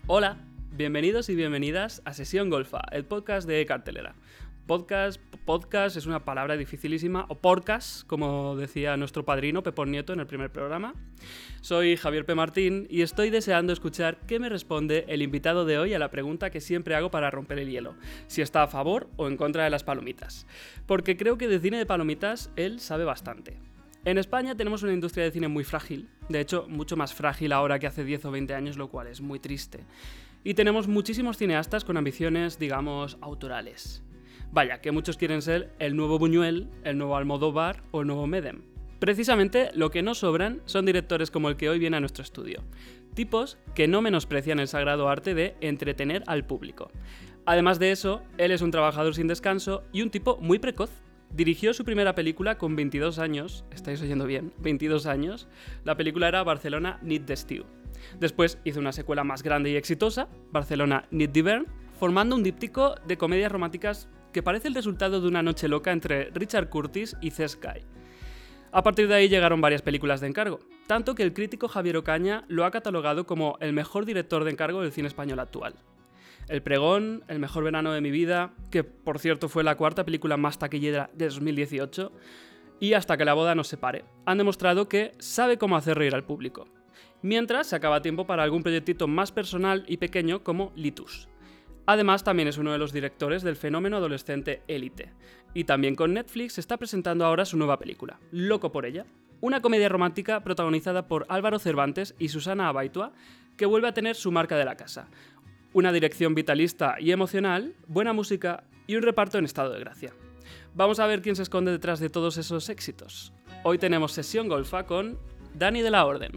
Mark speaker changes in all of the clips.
Speaker 1: Hola, bienvenidos y bienvenidas a Sesión Golfa, el podcast de Cartelera. Podcast es una palabra dificilísima, o podcast, como decía nuestro padrino Pepón Nieto en el primer programa. Soy Javier P. Martín y estoy deseando escuchar qué me responde el invitado de hoy a la pregunta que siempre hago para romper el hielo, si está a favor o en contra de las palomitas. Porque creo que de cine de palomitas él sabe bastante. En España tenemos una industria de cine muy frágil, de hecho mucho más frágil ahora que hace 10 o 20 años, lo cual es muy triste. Y tenemos muchísimos cineastas con ambiciones, digamos, autorales. Vaya, que muchos quieren ser el nuevo Buñuel, el nuevo Almodóvar o el nuevo Médem. Precisamente lo que no sobran son directores como el que hoy viene a nuestro estudio. Tipos que no menosprecian el sagrado arte de entretener al público. Además de eso, él es un trabajador sin descanso y un tipo muy precoz. Dirigió su primera película con 22 años, estáis oyendo bien, 22 años. La película era Barcelona Nit d'Estiu. Después hizo una secuela más grande y exitosa, Barcelona Nit d'Hivern, formando un díptico de comedias románticas que parece el resultado de una noche loca entre Richard Curtis y Cesc Kay. A partir de ahí llegaron varias películas de encargo, tanto que el crítico Javier Ocaña lo ha catalogado como el mejor director de encargo del cine español actual. El Pregón, El mejor verano de mi vida, que por cierto fue la cuarta película más taquillera de 2018, y Hasta que la boda nos separe, han demostrado que sabe cómo hacer reír al público. Mientras sacaba tiempo para algún proyectito más personal y pequeño como Litus. Además, también es uno de los directores del fenómeno adolescente Élite. Y también con Netflix está presentando ahora su nueva película, Loco por ella, una comedia romántica protagonizada por Álvaro Cervantes y Susana Abaitua, que vuelve a tener su marca de la casa. Una dirección vitalista y emocional, buena música y un reparto en estado de gracia. Vamos a ver quién se esconde detrás de todos esos éxitos. Hoy tenemos Sesión Golfa con Dani de la Orden.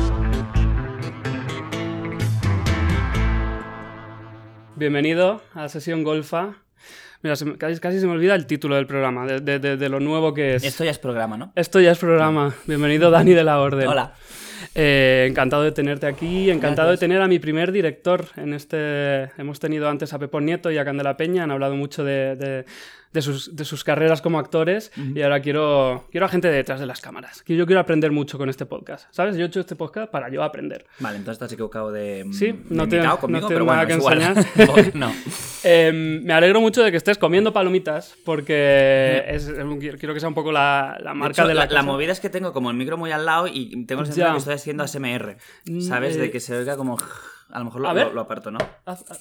Speaker 1: Bienvenido a Sesión Golfa. Mira, casi se me olvida el título del programa, de lo nuevo que es.
Speaker 2: Esto ya es programa, ¿no?
Speaker 1: Esto ya es programa. Bienvenido, Dani de la Orden.
Speaker 2: Hola.
Speaker 1: Encantado de tenerte aquí, encantado
Speaker 2: Gracias.
Speaker 1: de tener a mi primer director en este... Hemos tenido antes a Pepón Nieto y a Candela Peña, han hablado mucho de sus carreras como actores, y ahora quiero a gente detrás de las cámaras. Yo quiero aprender mucho con este podcast, ¿sabes? Yo he hecho este podcast para yo aprender.
Speaker 2: Vale, entonces estás equivocado de
Speaker 1: no
Speaker 2: invitado
Speaker 1: te,
Speaker 2: conmigo,
Speaker 1: no
Speaker 2: pero
Speaker 1: nada
Speaker 2: bueno,
Speaker 1: que
Speaker 2: es igual.
Speaker 1: enseñar.
Speaker 2: No.
Speaker 1: Me alegro mucho de que estés comiendo palomitas, porque quiero que sea un poco la marca de la casa.
Speaker 2: La movida es que tengo como el micro muy al lado y tengo la sensación de que estoy haciendo ASMR, ¿sabes? De que se oiga como... A lo mejor lo aparto, ¿no?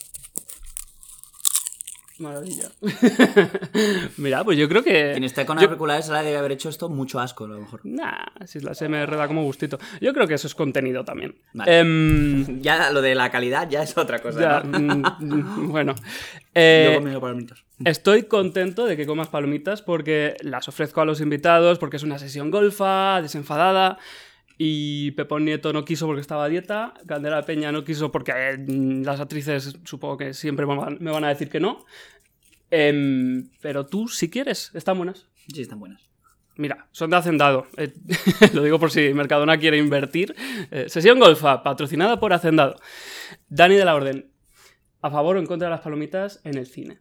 Speaker 1: Maravilla. Mira, pues yo creo que...
Speaker 2: Quien esté con auriculares se la debe haber hecho esto mucho asco, a lo mejor.
Speaker 1: Nah, si la SMR da como gustito. Yo creo que eso es contenido también.
Speaker 2: Vale. Ya lo de la calidad ya es otra cosa,
Speaker 1: ya,
Speaker 2: ¿no?
Speaker 1: Bueno.
Speaker 2: Yo comiendo palomitas.
Speaker 1: Estoy contento de que comas palomitas porque las ofrezco a los invitados, porque es una sesión golfa, desenfadada. Y Pepón Nieto no quiso porque estaba a dieta, Candela Peña no quiso porque las actrices supongo que siempre me van a decir que no. Pero tú, si quieres, están buenas.
Speaker 2: Sí, están buenas.
Speaker 1: Mira, son de Hacendado. Lo digo por si Mercadona quiere invertir. Sesión Golfa, patrocinada por Hacendado. Dani de la Orden, ¿a favor o en contra de las palomitas en el cine?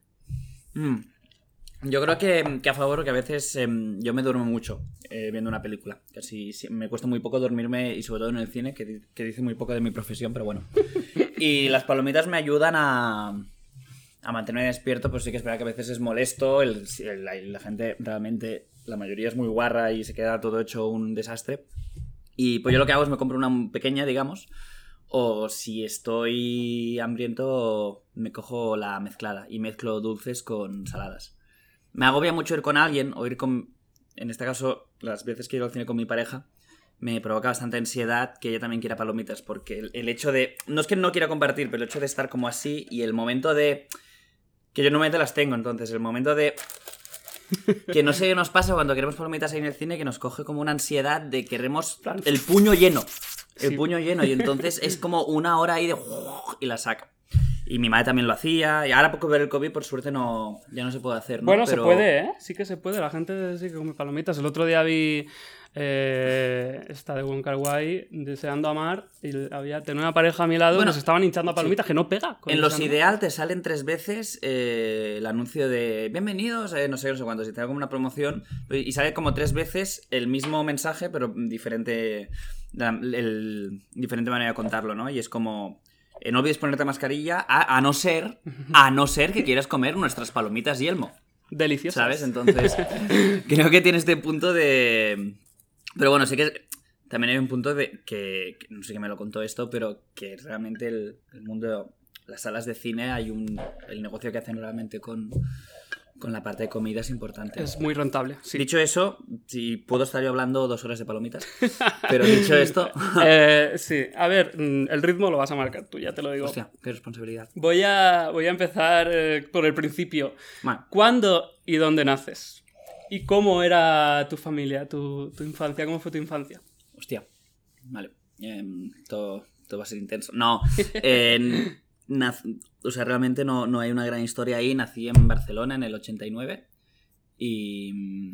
Speaker 2: Yo creo que a favor, porque a veces yo me duermo mucho viendo una película. Casi me cuesta muy poco dormirme, y sobre todo en el cine, que dice muy poco de mi profesión, pero bueno. Y las palomitas me ayudan a mantenerme despierto, pues sí que es verdad que a veces es molesto. La gente realmente, la mayoría es muy guarra y se queda todo hecho un desastre. Y pues yo lo que hago es me compro una pequeña, digamos, o si estoy hambriento me cojo la mezclada y mezclo dulces con saladas. Me agobia mucho ir con alguien o ir con... En este caso, las veces que he ido al cine con mi pareja, me provoca bastante ansiedad que ella también quiera palomitas, porque el hecho de... No es que no quiera compartir, pero el hecho de estar como así y el momento de... Que yo normalmente las tengo, entonces el momento de... Que no sé qué nos pasa cuando queremos palomitas ahí en el cine, que nos coge como una ansiedad de queremos el puño lleno. El puño lleno, y entonces es como una hora ahí de... Y la saco. Y mi madre también lo hacía. Y ahora, poco ver el COVID, por suerte, ya no se puede hacer, ¿no?
Speaker 1: Bueno,
Speaker 2: pero...
Speaker 1: se puede, ¿eh? Sí que se puede. La gente sí que come palomitas. El otro día vi esta de Wong Kar-wai, Deseando amar, y tenía una pareja a mi lado que nos estaban hinchando a palomitas, que no pega.
Speaker 2: En Los Ideal te salen 3 veces el anuncio de bienvenidos, no sé cuánto, si te da como una promoción, y sale como 3 veces el mismo mensaje, pero diferente manera de contarlo, ¿no? Y es como... no olvides ponerte mascarilla, a no ser que quieras comer nuestras palomitas Yelmo.
Speaker 1: Deliciosas.
Speaker 2: ¿Sabes? Entonces, creo que tiene este punto de... Pero bueno, sí que también hay un punto de que no sé quién me lo contó esto, pero que realmente el mundo, las salas de cine, el negocio que hacen realmente con la parte de comida es importante.
Speaker 1: Es muy rentable, sí.
Speaker 2: Dicho eso, si puedo estar yo hablando 2 horas de palomitas, pero dicho esto...
Speaker 1: Sí, a ver, el ritmo lo vas a marcar tú, ya te lo digo.
Speaker 2: Hostia, qué responsabilidad.
Speaker 1: Voy a empezar por el principio.
Speaker 2: Vale.
Speaker 1: ¿Cuándo y dónde naces? ¿Y cómo era tu familia, tu infancia? ¿Cómo fue tu infancia?
Speaker 2: Hostia, vale. Todo va a ser intenso. No, o sea, realmente no hay una gran historia ahí. Nací en Barcelona en el 89 y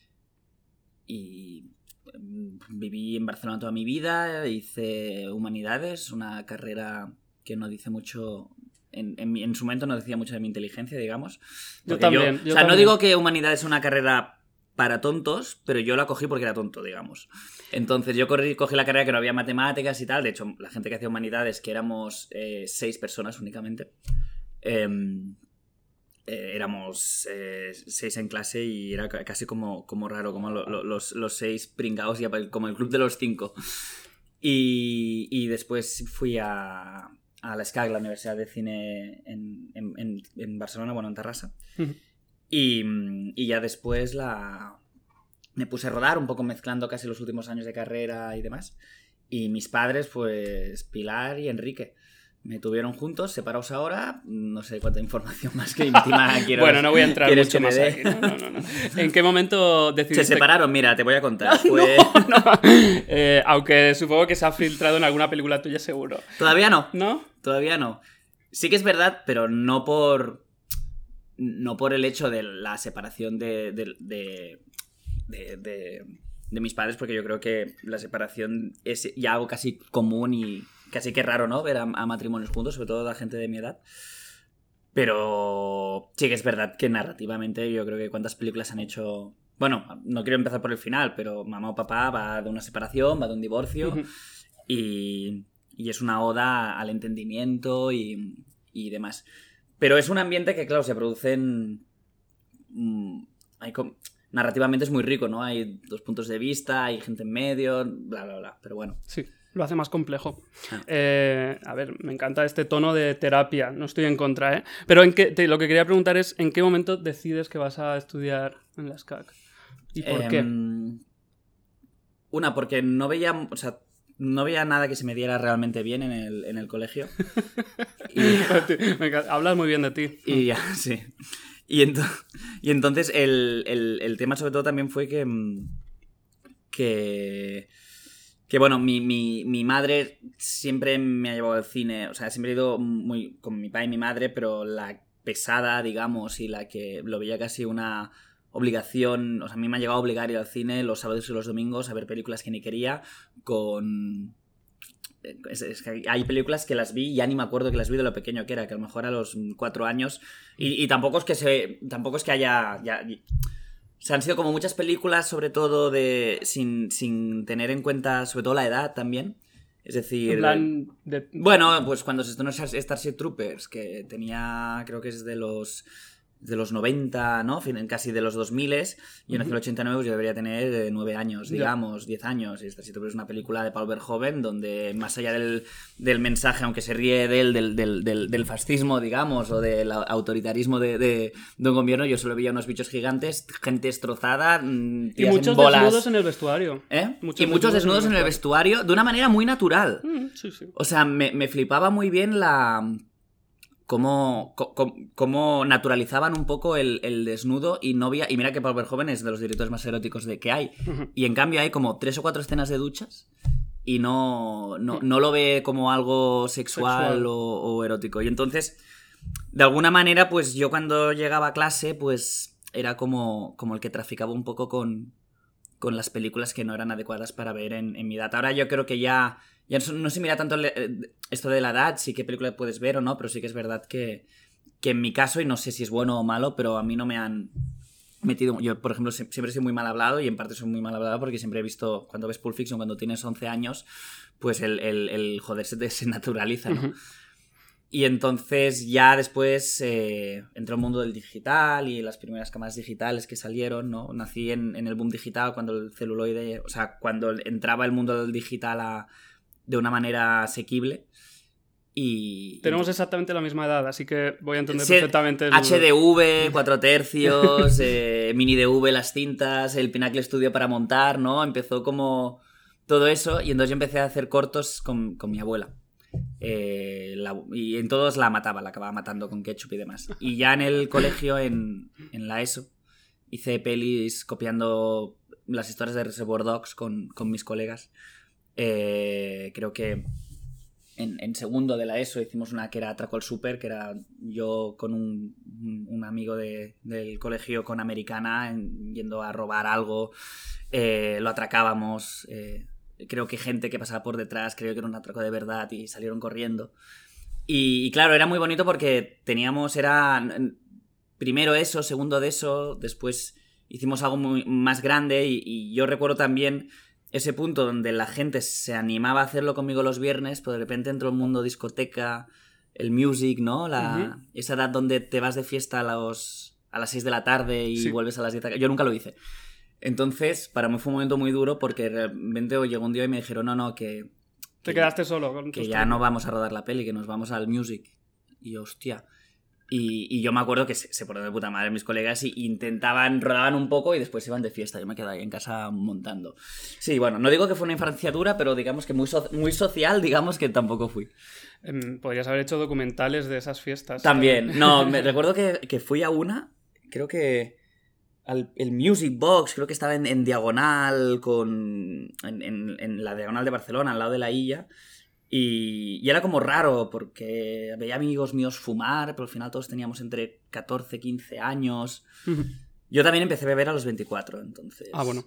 Speaker 2: viví en Barcelona toda mi vida. Hice humanidades, una carrera que no dice mucho... En su momento no decía mucho de mi inteligencia, digamos.
Speaker 1: Yo también.
Speaker 2: No digo que humanidades es una carrera para tontos, pero yo la cogí porque era tonto, digamos. Entonces yo cogí la carrera que no había matemáticas y tal. De hecho, la gente que hacía humanidades, que éramos 6 personas únicamente, éramos 6 en clase y era casi como raro, como los 6 pringados, como el club de los 5. Y después fui a la SCAC, la Universidad de Cine en Barcelona, bueno, en Terrassa.
Speaker 1: Uh-huh.
Speaker 2: Y ya después me puse a rodar, un poco mezclando casi los últimos años de carrera y demás. Y mis padres, pues Pilar y Enrique, me tuvieron juntos, separados ahora. No sé cuánta información más que íntima quiero.
Speaker 1: Bueno, no voy a entrar mucho más aquí. No. ¿En qué momento decidiste...?
Speaker 2: Se separaron, mira, te voy a contar.
Speaker 1: Aunque supongo que se ha filtrado en alguna película tuya, seguro.
Speaker 2: Todavía no.
Speaker 1: ¿No?
Speaker 2: Todavía no. Sí que es verdad, pero no por el hecho de la separación de mis padres, porque yo creo que la separación es ya algo casi común y casi que raro, ¿no? Ver a matrimonios juntos, sobre todo la gente de mi edad. Pero sí que es verdad que narrativamente yo creo que cuántas películas han hecho... Bueno, no quiero empezar por el final, pero Mamá o Papá va de una separación, va de un divorcio. Uh-huh. Y es una oda al entendimiento y demás. Pero es un ambiente que, claro, se producen... narrativamente es muy rico, ¿no? Hay 2 puntos de vista, hay gente en medio, bla, bla, bla. Pero bueno.
Speaker 1: Sí, lo hace más complejo. A ver, me encanta este tono de terapia, no estoy en contra, ¿eh? Pero lo que quería preguntar es, ¿en qué momento decides que vas a estudiar en la SCAC? ¿Y por qué?
Speaker 2: Porque no veía... O sea, no veía nada que se me diera realmente bien en el colegio.
Speaker 1: Hablas muy bien de ti.
Speaker 2: Y ya, sí. Y entonces el tema sobre todo también fue que bueno, mi madre siempre me ha llevado al cine. O sea, siempre he ido muy con mi padre y mi madre, pero la pesada, digamos, y la que lo veía casi una obligación, o sea, a mí me ha llegado a obligar a ir al cine los sábados y los domingos a ver películas que ni quería, es que hay películas que las vi y ya ni me acuerdo que las vi de lo pequeño que era, que a lo mejor a los 4 años, y tampoco es que haya... O sea, han sido como muchas películas, sobre todo sin tener en cuenta, sobre todo la edad también. Es decir... Bueno, pues cuando se estrenó Starship Troopers, que tenía, creo que es de los 90, ¿no? Casi de los 2000, y en el 89 pues yo debería tener 9 años, digamos, 10 años. Y Starship Troopers es una película de Paul Verhoeven donde, más allá del mensaje, aunque se ríe del fascismo, digamos, o del autoritarismo de un gobierno, yo solo veía unos bichos gigantes, gente destrozada,
Speaker 1: y muchos desnudos en el vestuario.
Speaker 2: Muchos desnudos en el vestuario de una manera muy natural.
Speaker 1: Sí.
Speaker 2: O sea, me flipaba muy bien cómo naturalizaban un poco el desnudo y mira que Paul Verhoeven es de los directores más eróticos que hay. Uh-huh. Y en cambio hay como 3 o 4 escenas de duchas y no lo ve como algo sexual. O erótico. Y entonces, de alguna manera, pues yo cuando llegaba a clase, pues era como el que traficaba un poco con las películas que no eran adecuadas para ver en mi edad. Ahora yo creo que ya no se mira tanto esto de la edad, sí qué película puedes ver o no, pero sí que es verdad que en mi caso, y no sé si es bueno o malo, pero a mí no me han metido... Yo, por ejemplo, siempre he sido muy mal hablado, y en parte soy muy mal hablado porque siempre he visto, cuando ves Pulp Fiction, cuando tienes 11 años, pues el joder se naturaliza, ¿no? Uh-huh. Y entonces ya después entró el mundo del digital y las primeras cámaras digitales que salieron, ¿no? Nací en el boom digital cuando el celuloide, o sea, cuando entraba el mundo del digital de una manera asequible.
Speaker 1: Tenemos exactamente la misma edad, así que voy a entender perfectamente.
Speaker 2: HDV, 4 tercios, mini DV, las cintas, el Pinacle Studio para montar, ¿no? Empezó como todo eso y entonces yo empecé a hacer cortos con mi abuela. Y en todos la acababa matando con ketchup y demás. Y ya en el colegio, en la ESO, hice pelis copiando las historias de Reservoir Dogs con mis colegas. Creo que en segundo de la ESO hicimos una que era Atraco al Super, que era yo con un amigo del colegio con Americana yendo a robar algo. Lo atracábamos. Creo que gente que pasaba por detrás creyó que era un atraco de verdad y salieron corriendo. Y claro, era muy bonito porque era primero eso, segundo de eso, después hicimos algo más grande y yo recuerdo también ese punto donde la gente se animaba a hacerlo conmigo los viernes, pero de repente entró el mundo discoteca, el music, ¿no? Esa edad donde te vas de fiesta a las 6 de la tarde y vuelves a las 10 de la... Yo nunca lo hice. Entonces, para mí fue un momento muy duro porque de repente llegó un día y me dijeron, no, que
Speaker 1: te quedaste solo con
Speaker 2: que ya no vamos a rodar la peli, que nos vamos al music. Y hostia. Y yo me acuerdo que se ponían de puta madre mis colegas y rodaban un poco y después iban de fiesta. Yo me quedaba ahí en casa montando. Sí, bueno, no digo que fue una infancia dura, pero digamos que muy social, digamos que tampoco fui.
Speaker 1: Podrías haber hecho documentales de esas fiestas.
Speaker 2: También. No, me recuerdo que fui a una, creo que... el Music Box, creo que estaba en diagonal en la diagonal de Barcelona, al lado de la Illa, y era como raro porque veía amigos míos fumar, pero al final todos teníamos entre 14 y 15 años. Yo también empecé a beber a los 24, entonces...
Speaker 1: Ah, bueno.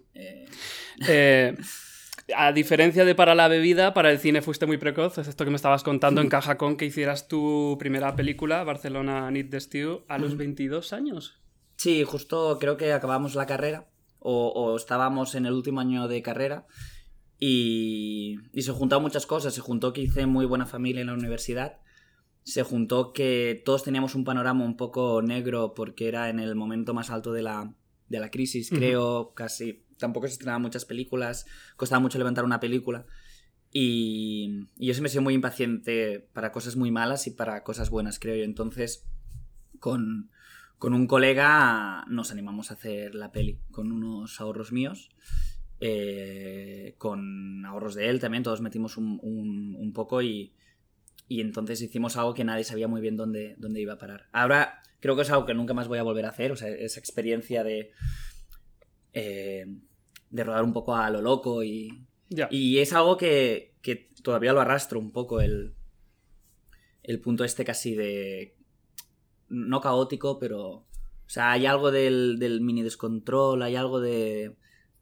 Speaker 1: A diferencia de para la bebida, para el cine fuiste muy precoz. Esto que me estabas contando encaja con que hicieras tu primera película, Barcelona Need the Stew, a los 22 años.
Speaker 2: Sí, justo creo que acabamos la carrera o estábamos en el último año de carrera y se juntaron muchas cosas. Se juntó que hice muy buena familia en la universidad, se juntó que todos teníamos un panorama un poco negro porque era en el momento más alto de la crisis, creo, casi. Tampoco se estrenaban muchas películas, costaba mucho levantar una película y yo siempre he sido muy impaciente para cosas muy malas y para cosas buenas, creo yo. Entonces, con un colega nos animamos a hacer la peli con unos ahorros míos, con ahorros de él también, todos metimos un poco y entonces hicimos algo que nadie sabía muy bien dónde iba a parar. Ahora creo que es algo que nunca más voy a volver a hacer, o sea, esa experiencia de rodar un poco a lo loco y es algo que todavía lo arrastro un poco, el punto este casi de... No caótico, pero... O sea, hay algo del mini descontrol, hay algo de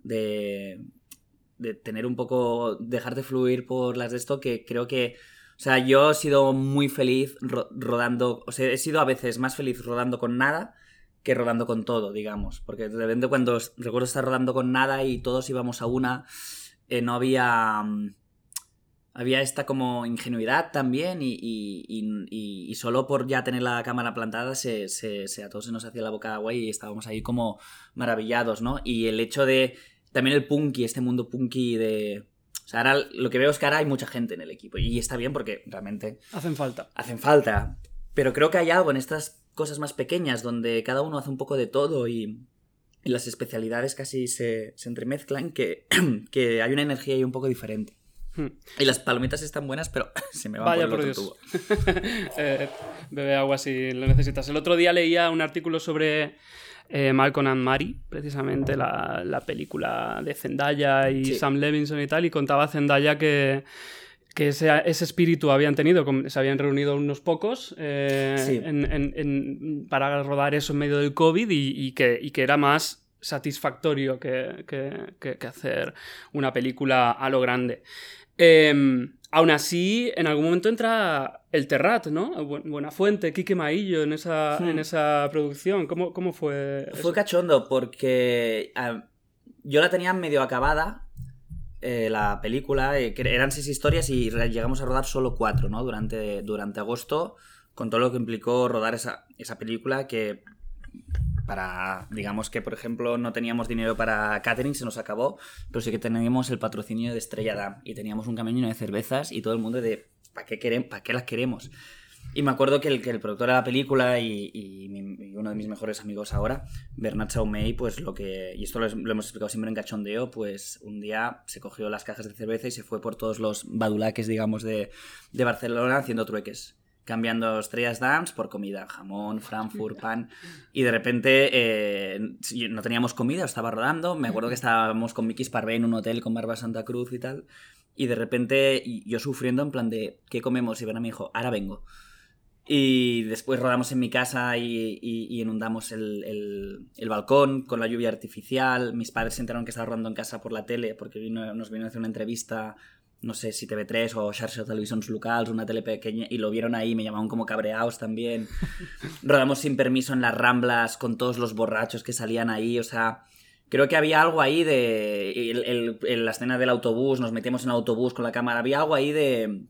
Speaker 2: tener un poco... Dejar de fluir por las de esto que creo que... O sea, yo he sido muy feliz rodando... O sea, he sido a veces más feliz rodando con nada que rodando con todo, digamos. Porque de repente cuando recuerdo estar rodando con nada y todos íbamos a una... no había... Había esta como ingenuidad también y solo por ya tener la cámara plantada a todos se nos hacía la boca agua y estábamos ahí como maravillados, ¿no? Y el hecho de... También el punky, este mundo punky de... O sea, ahora lo que veo es que ahora hay mucha gente en el equipo y está bien porque realmente...
Speaker 1: Hacen falta.
Speaker 2: Pero creo que hay algo en estas cosas más pequeñas donde cada uno hace un poco de todo y las especialidades casi se entremezclan que hay una energía ahí un poco diferente. Y las palomitas están buenas, pero se me van por el otro tubo.
Speaker 1: Bebe agua si lo necesitas. El otro día leía un artículo sobre Malcolm and Marie, precisamente la película de Zendaya y Sam Levinson y tal, y contaba Zendaya que ese espíritu habían tenido, se habían reunido unos pocos para rodar eso en medio del COVID y que era más satisfactorio que hacer una película a lo grande. Aún así, en algún momento entra el Terrat, ¿no? Buenafuente, Quique Maillo en esa producción. ¿Cómo fue eso?
Speaker 2: Fue cachondo porque yo la tenía medio acabada la película, que eran 6 historias y llegamos a rodar solo 4, ¿no? Durante agosto, con todo lo que implicó rodar esa película que... digamos que, por ejemplo, no teníamos dinero para catering, se nos acabó, pero sí que teníamos el patrocinio de Estrella Damm y teníamos un camión lleno de cervezas y todo el mundo de ¿para qué las queremos? Y me acuerdo que el productor de la película y uno de mis mejores amigos ahora, Bernat Saumey, pues y esto lo hemos explicado siempre en cachondeo, pues un día se cogió las cajas de cerveza y se fue por todos los badulaques, digamos, de Barcelona haciendo trueques, cambiando Estrellas Damm por comida, jamón, Frankfurt, pan, y de repente no teníamos comida, estaba rodando, me acuerdo que estábamos con Miki Sparvé en un hotel con Barba Santa Cruz y tal, y de repente yo sufriendo en plan de ¿qué comemos? Y Bernat me dijo, ahora vengo. Y después rodamos en mi casa y inundamos el balcón con la lluvia artificial. Mis padres se enteraron que estaba rodando en casa por la tele porque nos vino a hacer una entrevista, no sé si TV3 o Xarxa Televisions Locals, una tele pequeña, y lo vieron ahí, me llamaban como cabreados también. Rodamos sin permiso en las Ramblas con todos los borrachos que salían ahí, o sea... Creo que había algo ahí de... la escena del autobús, nos metíamos en el autobús con la cámara, había algo ahí de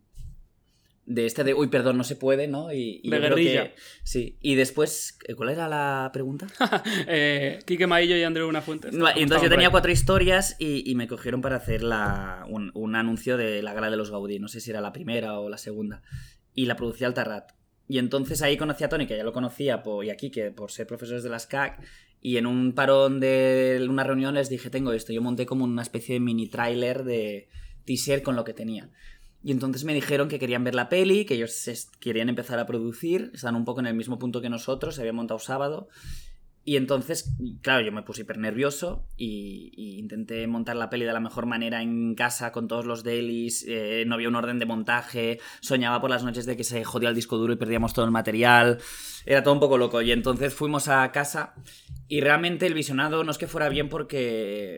Speaker 2: uy, perdón, no se puede, ¿no? Y
Speaker 1: de guerrilla.
Speaker 2: Sí. Y después, ¿cuál era la pregunta?
Speaker 1: Quique Maillo y Andreu Buenafuente.
Speaker 2: No, entonces yo tenía 4 historias y me cogieron para hacer un anuncio de la Gala de los Gaudí. No sé si era la primera o la segunda. Y la producía el Terrat. Y entonces ahí conocí a Toni, que ya lo conocía, y a Quique, por ser profesores de la SCAC. Y en un parón de una reunión les dije, tengo esto. Yo monté como una especie de mini tráiler de teaser con lo que tenía. Y entonces me dijeron que querían ver la peli, que ellos querían empezar a producir, están un poco en el mismo punto que nosotros, se había montado sábado. Y entonces, claro, yo me puse hiper nervioso y intenté montar la peli de la mejor manera en casa con todos los dailies, no había un orden de montaje, soñaba por las noches de que se jodía el disco duro y perdíamos todo el material, era todo un poco loco. Y entonces fuimos a casa y realmente el visionado no es que fuera bien porque...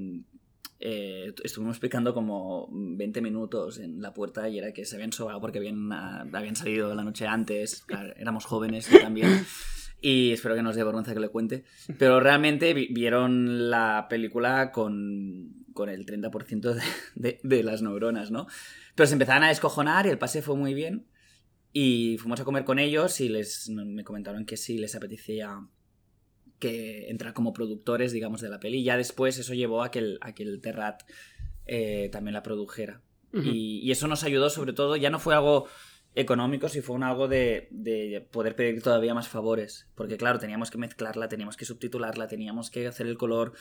Speaker 2: estuvimos explicando como 20 minutos en la puerta y era que se habían sobado porque habían salido la noche antes, claro, éramos jóvenes también y espero que no os dé vergüenza que le cuente, pero realmente vieron la película con el 30% de las neuronas, ¿no? Pero se empezaban a descojonar y el pase fue muy bien y fuimos a comer con ellos y me comentaron que sí les apetecía que entrar como productores, digamos, de la peli. Y ya después eso llevó a que el Terrat también la produjera. Uh-huh. Y eso nos ayudó, sobre todo, ya no fue algo económico, sino fue algo de poder pedir todavía más favores. Porque, claro, teníamos que mezclarla, teníamos que subtitularla, teníamos que hacer el color.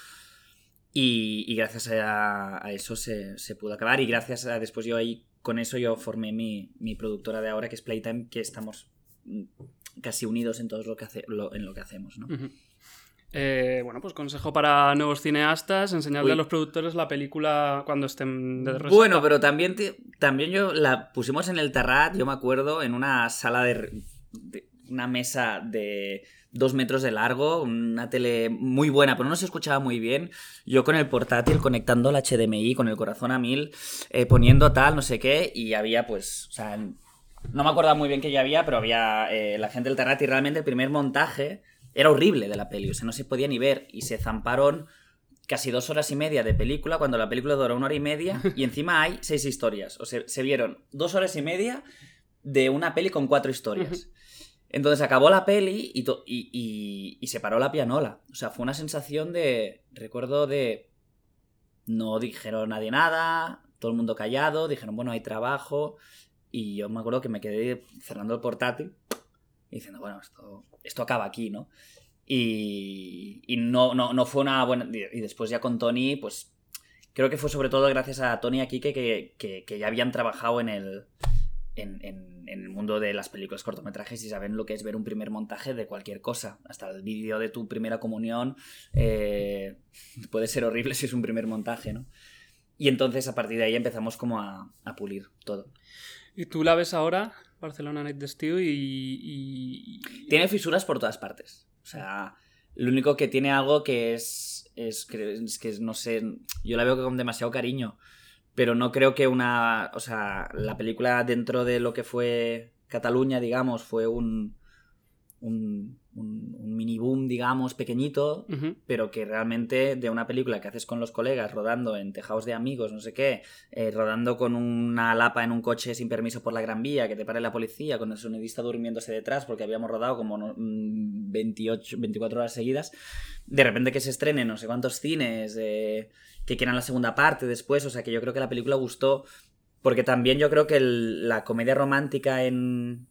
Speaker 2: Y gracias a eso se pudo acabar. Y gracias a después con eso yo formé mi productora de ahora, que es Playtime, que estamos casi unidos en todo en lo que hacemos, ¿no?
Speaker 1: Uh-huh. Bueno, pues consejo para nuevos cineastas, enseñarle a los productores la película cuando estén de resaca.
Speaker 2: Bueno, pero también yo la pusimos en el Terrat, yo me acuerdo, en una sala de una mesa de 2 metros de largo, una tele muy buena, pero no se escuchaba muy bien. Yo con el portátil conectando el HDMI con el corazón a 1000, poniendo tal, no sé qué, y había pues, o sea, no me acuerdo muy bien qué ya había, pero había la gente del Terrat y realmente el primer montaje era horrible de la peli, o sea, no se podía ni ver y se zamparon casi 2 horas y media de película cuando la película dura 1 hora y media y encima hay 6 historias, o sea, se vieron 2 horas y media de una peli con 4 historias. Entonces acabó la peli y se paró la pianola, o sea, fue una sensación recuerdo de no dijeron nadie nada, todo el mundo callado, dijeron bueno, hay trabajo y yo me acuerdo que me quedé cerrando el portátil y diciendo, bueno, esto acaba aquí, ¿no? Y no fue una buena... Y después ya con Toni, pues creo que fue sobre todo gracias a Toni y a Quique que ya habían trabajado en el mundo de las películas cortometrajes y saben lo que es ver un primer montaje de cualquier cosa. Hasta el vídeo de tu primera comunión puede ser horrible si es un primer montaje, ¿no? Y entonces a partir de ahí empezamos como a pulir todo.
Speaker 1: ¿Y tú la ves ahora, Barcelona Night Stew, y...?
Speaker 2: Tiene fisuras por todas partes. O sea, lo único que tiene algo que es que no sé, yo la veo con demasiado cariño, pero no creo que o sea, la película dentro de lo que fue Cataluña, digamos, fue un mini boom, digamos, pequeñito, pero que realmente de una película que haces con los colegas, rodando en tejados de amigos, no sé qué, rodando con una lapa en un coche sin permiso por la Gran Vía, que te pare la policía, con el sonidista durmiéndose detrás porque habíamos rodado como 24 horas seguidas, de repente que se estrene no sé cuántos cines, que quieran la segunda parte después, o sea que yo creo que la película gustó, porque también yo creo que la comedia romántica en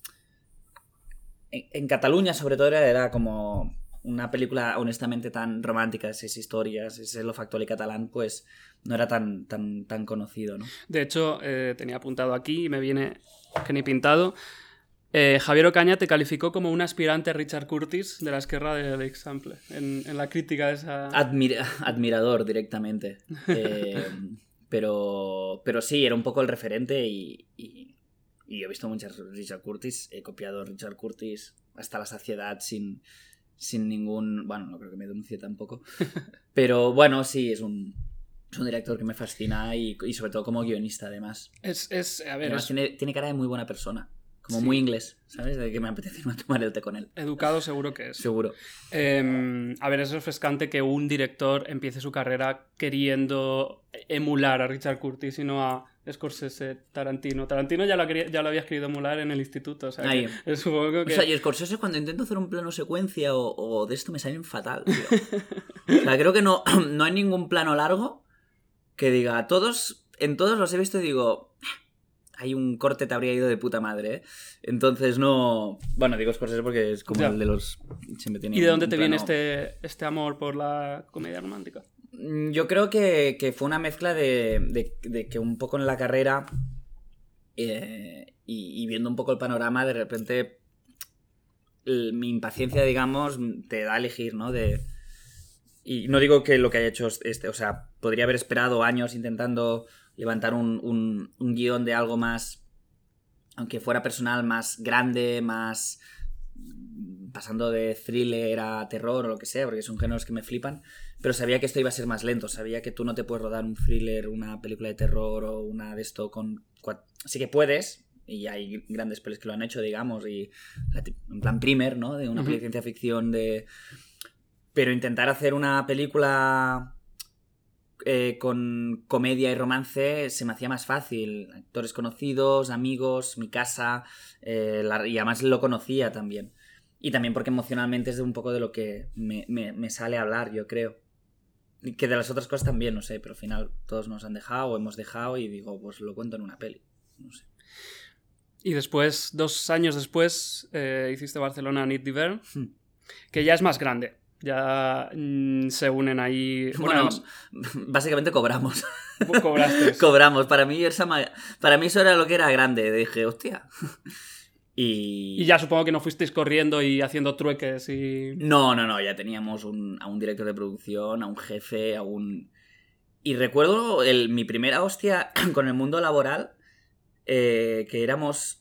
Speaker 2: Cataluña, sobre todo, era como una película honestamente tan romántica, esas historias, ese Lo Factual y Catalán, pues no era tan conocido, ¿no?
Speaker 1: De hecho, tenía apuntado aquí y me viene que ni pintado. Javier Ocaña te calificó como un aspirante a Richard Curtis de la Esquerra de Example, en la crítica de esa...
Speaker 2: Admirador directamente. Pero sí, era un poco el referente y yo he visto muchas Richard Curtis, he copiado Richard Curtis hasta la saciedad sin ningún... Bueno, no creo que me denuncie tampoco. Pero bueno, sí, es un director que me fascina y sobre todo como guionista, además. Además, tiene cara de muy buena persona. Como sí. Muy inglés, ¿sabes? De que me apetece irme a tomar el té con él.
Speaker 1: Educado seguro que es.
Speaker 2: Seguro.
Speaker 1: Es refrescante que un director empiece su carrera queriendo emular a Richard Curtis y no a Scorsese, Tarantino. Tarantino ya lo habías querido emular en el instituto, o sea, supongo que...
Speaker 2: O sea, y Scorsese cuando intento hacer un plano secuencia o de esto me salen fatal, tío. O sea, creo que no hay ningún plano largo que diga, en todos los he visto y digo... Hay un corte, te habría ido de puta madre, ¿eh? Entonces no... Bueno, digo Scorsese porque es como el de los... Siempre tiene.
Speaker 1: ¿Y de dónde te viene este amor por la comedia romántica?
Speaker 2: Yo creo que fue una mezcla de que un poco en la carrera y viendo un poco el panorama, de repente mi impaciencia, digamos, te da a elegir, ¿no? Y no digo que lo que haya hecho o sea, podría haber esperado años intentando... levantar un guión de algo más, aunque fuera personal, más grande, más pasando de thriller a terror o lo que sea, porque son géneros que me flipan, pero sabía que esto iba a ser más lento, sabía que tú no te puedes rodar un thriller, una película de terror o una de esto sí que puedes, y hay grandes pelis que lo han hecho, digamos, y en plan primer, ¿no? De una peli de ciencia ficción pero intentar hacer una película... con comedia y romance se me hacía más fácil. Actores conocidos, amigos, mi casa, y además lo conocía también. Y también porque emocionalmente es de un poco de lo que me sale a hablar, yo creo. Y que de las otras cosas también, no sé, pero al final todos nos han dejado o hemos dejado y digo, pues lo cuento en una peli. No sé.
Speaker 1: Y después, 2 años después, hiciste Barcelona Nit d'Hivern, que ya es más grande. Ya se unen ahí...
Speaker 2: Bueno, básicamente cobramos.
Speaker 1: ¿Cobraste?
Speaker 2: Cobramos. Para mí eso era lo que era grande. Dije, hostia. Y
Speaker 1: ya supongo que no fuisteis corriendo y haciendo trueques y...
Speaker 2: No. Ya teníamos a un director de producción, a un jefe, Y recuerdo mi primera hostia con el mundo laboral, que éramos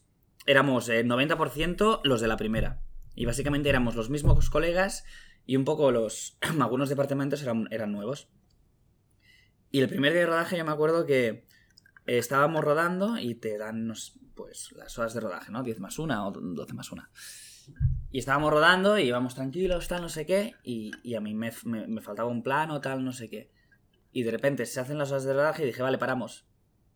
Speaker 2: 90% los de la primera. Y básicamente éramos los mismos colegas... Y un poco algunos departamentos eran nuevos. Y el primer día de rodaje yo me acuerdo que estábamos rodando y te dan pues las horas de rodaje, ¿no? 10 más 1 o 12 más 1. Y estábamos rodando y íbamos tranquilos, tal, no sé qué. Y a mí me faltaba un plano, tal, no sé qué. Y de repente se hacen las horas de rodaje y dije, vale, paramos.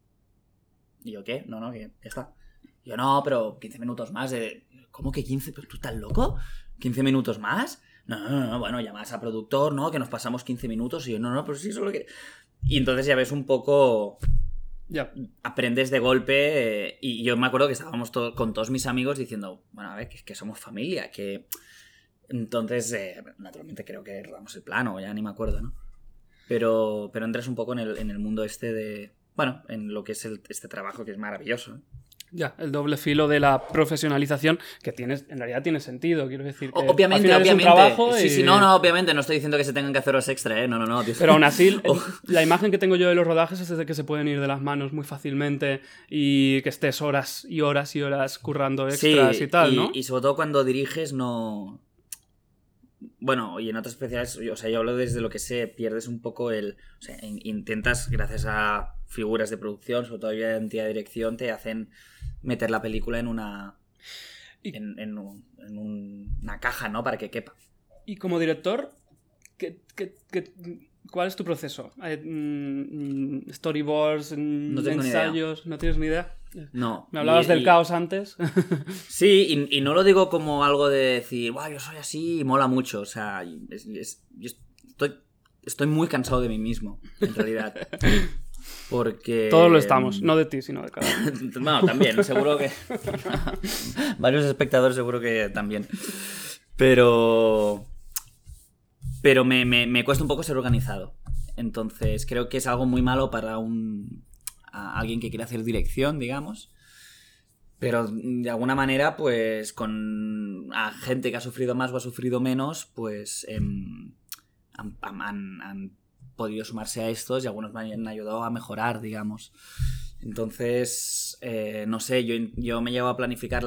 Speaker 2: Y yo, ¿qué? No, que ya está. Y yo, no, pero 15 minutos más. ¿Cómo que 15? ¿Pero tú estás loco? ¿15 minutos más? No, bueno, llamas a productor, ¿no? Que nos pasamos 15 minutos y yo, no, pero sí, solo que... Y entonces ya ves un poco...
Speaker 1: Ya.
Speaker 2: Aprendes de golpe y yo me acuerdo que estábamos con todos mis amigos diciendo, bueno, a ver, que somos familia, que... Entonces, naturalmente creo que rodamos el plano, ya ni me acuerdo, ¿no? Pero entras un poco en el mundo este de... Bueno, en lo que es este trabajo que es maravilloso, ¿eh?
Speaker 1: Ya, el doble filo de la profesionalización que en realidad tiene sentido, quiero decir que
Speaker 2: obviamente.
Speaker 1: Es un trabajo
Speaker 2: sí, no, obviamente, no estoy diciendo que se tengan que hacer horas extra, ¿eh? No.
Speaker 1: Pero aún así, la imagen que tengo yo de los rodajes es de que se pueden ir de las manos muy fácilmente y que estés horas y horas y horas currando extras y tal, ¿no?
Speaker 2: Y sobre todo cuando diriges no... Bueno, y en otras especiales, o sea, yo hablo desde lo que sé, pierdes un poco o sea, intentas, gracias a figuras de producción, sobre todo de identidad de dirección, te hacen meter la película en una... una caja, ¿no? Para que quepa.
Speaker 1: Y como director, ¿cuál es tu proceso? ¿Storyboards,
Speaker 2: No tengo
Speaker 1: ensayos? ¿No tienes ni idea?
Speaker 2: No.
Speaker 1: ¿Me hablabas del caos antes?
Speaker 2: Sí, y no lo digo como algo de decir, guau, yo soy así y mola mucho. O sea, yo estoy muy cansado de mí mismo, en realidad. Porque...
Speaker 1: Todos lo estamos, no de ti, sino de cada uno.
Speaker 2: Bueno, también, seguro que... Varios espectadores seguro que también. Pero me cuesta un poco ser organizado. Entonces creo que es algo muy malo para a alguien que quiere hacer dirección, digamos. Pero de alguna manera, pues a gente que ha sufrido más o ha sufrido menos, pues han podido sumarse a estos y algunos me han ayudado a mejorar, digamos. Entonces, no sé, yo me llevo a planificar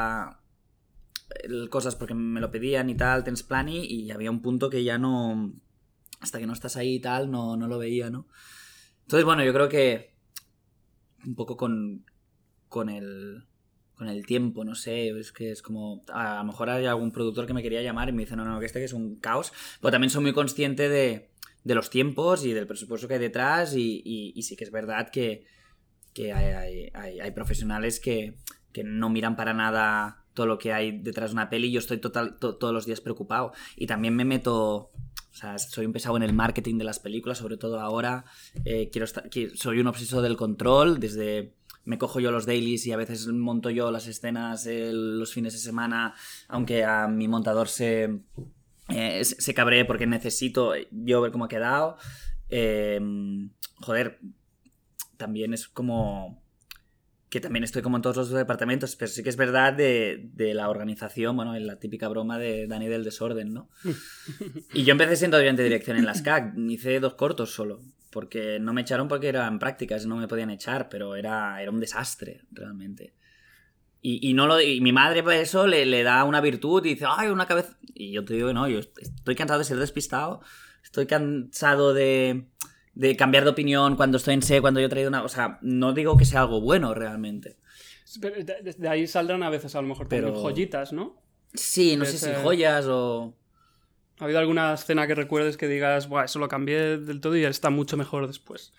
Speaker 2: cosas porque me lo pedían y tal, Tense Planning, y había un punto que ya no, hasta que no estás ahí y tal, no lo veía, ¿no? Entonces, bueno, yo creo que un poco con el tiempo, no sé, es que es como, a lo mejor hay algún productor que me quería llamar y me dice, no, que que es un caos, pero también soy muy consciente de los tiempos y del presupuesto que hay detrás y sí que es verdad que hay profesionales que no miran para nada todo lo que hay detrás de una peli. Yo estoy todos los días preocupado y también me meto, o sea, soy un pesado en el marketing de las películas, sobre todo ahora. Soy un obseso del control, me cojo yo los dailies y a veces monto yo las escenas los fines de semana, aunque a mi montador se cabree porque necesito yo ver cómo ha quedado. Joder, también es como que también estoy como en todos los departamentos, pero sí que es verdad de la organización, bueno, en la típica broma de Dani del desorden, ¿no? Y yo empecé siendo ayudante de dirección en las CAC, hice 2 cortos solo, porque no me echaron porque eran prácticas, no me podían echar, pero era un desastre, realmente. Y mi madre por eso le da una virtud y dice, ¡ay, una cabeza! Y yo te digo que no, yo estoy cansado de ser despistado, estoy cansado de cambiar de opinión cuando estoy en set, cuando yo he traído una... O sea, no digo que sea algo bueno realmente.
Speaker 1: Pero de ahí saldrán a veces a lo mejor también joyitas, ¿no?
Speaker 2: Sí, no sé si joyas o...
Speaker 1: ¿Ha habido alguna escena que recuerdes que digas, buah, eso lo cambié del todo y está mucho mejor después?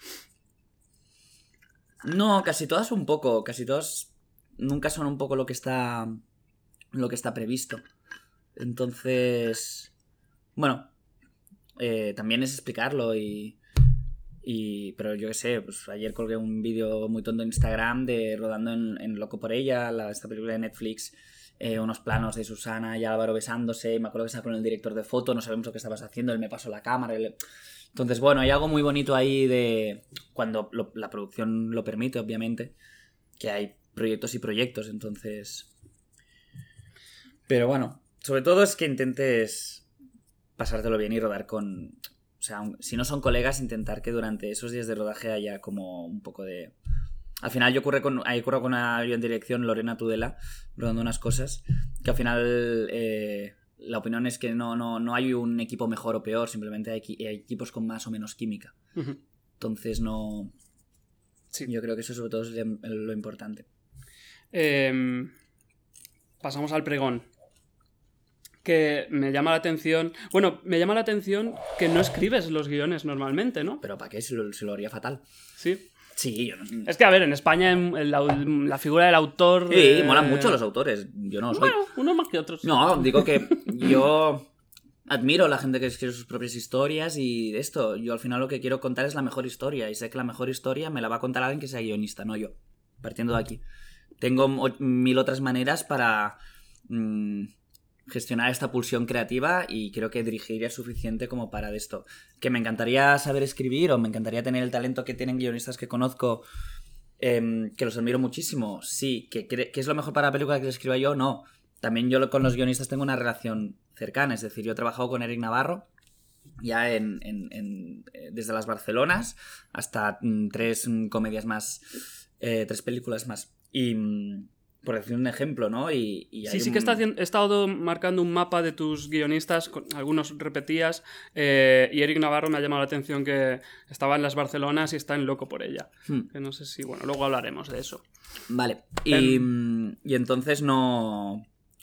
Speaker 2: No, casi todas un poco, casi todas nunca son un poco lo que está previsto. Entonces, bueno, también es explicarlo pero yo qué sé, pues ayer colgué un vídeo muy tonto en Instagram de rodando en Loco por ella, esta película de Netflix, unos planos de Susana y Álvaro besándose, me acuerdo que estaba con el director de foto, no sabemos lo que estabas haciendo, él me pasó la cámara, Entonces, bueno, hay algo muy bonito ahí de cuando la producción lo permite, obviamente, que hay proyectos y proyectos, entonces... Pero bueno, sobre todo es que intentes pasártelo bien y rodar con... O sea, si no son colegas, intentar que durante esos días de rodaje haya como un poco de... Al final yo curro con alguien en dirección, Lorena Tudela, rodando unas cosas, que al final la opinión es que no hay un equipo mejor o peor, simplemente hay equipos con más o menos química.
Speaker 1: Uh-huh.
Speaker 2: Entonces no... Sí. Yo creo que eso sobre todo es lo importante.
Speaker 1: Pasamos al pregón. Que me llama la atención... Bueno, me llama la atención que no escribes los guiones normalmente, ¿no?
Speaker 2: ¿Pero para qué? Se lo haría fatal.
Speaker 1: Sí.
Speaker 2: Sí, yo no...
Speaker 1: Es que, a ver, en España la figura del autor...
Speaker 2: Sí, molan mucho los autores. Yo no soy...
Speaker 1: Bueno, unos más que otros.
Speaker 2: No, digo que yo admiro a la gente que escribe sus propias historias y esto. Yo al final lo que quiero contar es la mejor historia. Y sé que la mejor historia me la va a contar alguien que sea guionista, no yo. Partiendo de aquí. Tengo 1000 otras maneras para... gestionar esta pulsión creativa y creo que dirigir es suficiente como para esto. Que me encantaría saber escribir o me encantaría tener el talento que tienen guionistas que conozco, que los admiro muchísimo. Sí, que es lo mejor para la película que escriba yo, no. También yo con los guionistas tengo una relación cercana, es decir, yo he trabajado con Eric Navarro ya desde las Barcelonas hasta 3 comedias más, 3 películas más. Y... por decir un ejemplo, ¿no? Sí
Speaker 1: que he estado marcando un mapa de tus guionistas, algunos repetías, y Eric Navarro me ha llamado la atención que estaba en las Barcelonas y está en Loco por ella. Que no sé si... Bueno, luego hablaremos de eso.
Speaker 2: Vale. Y entonces no...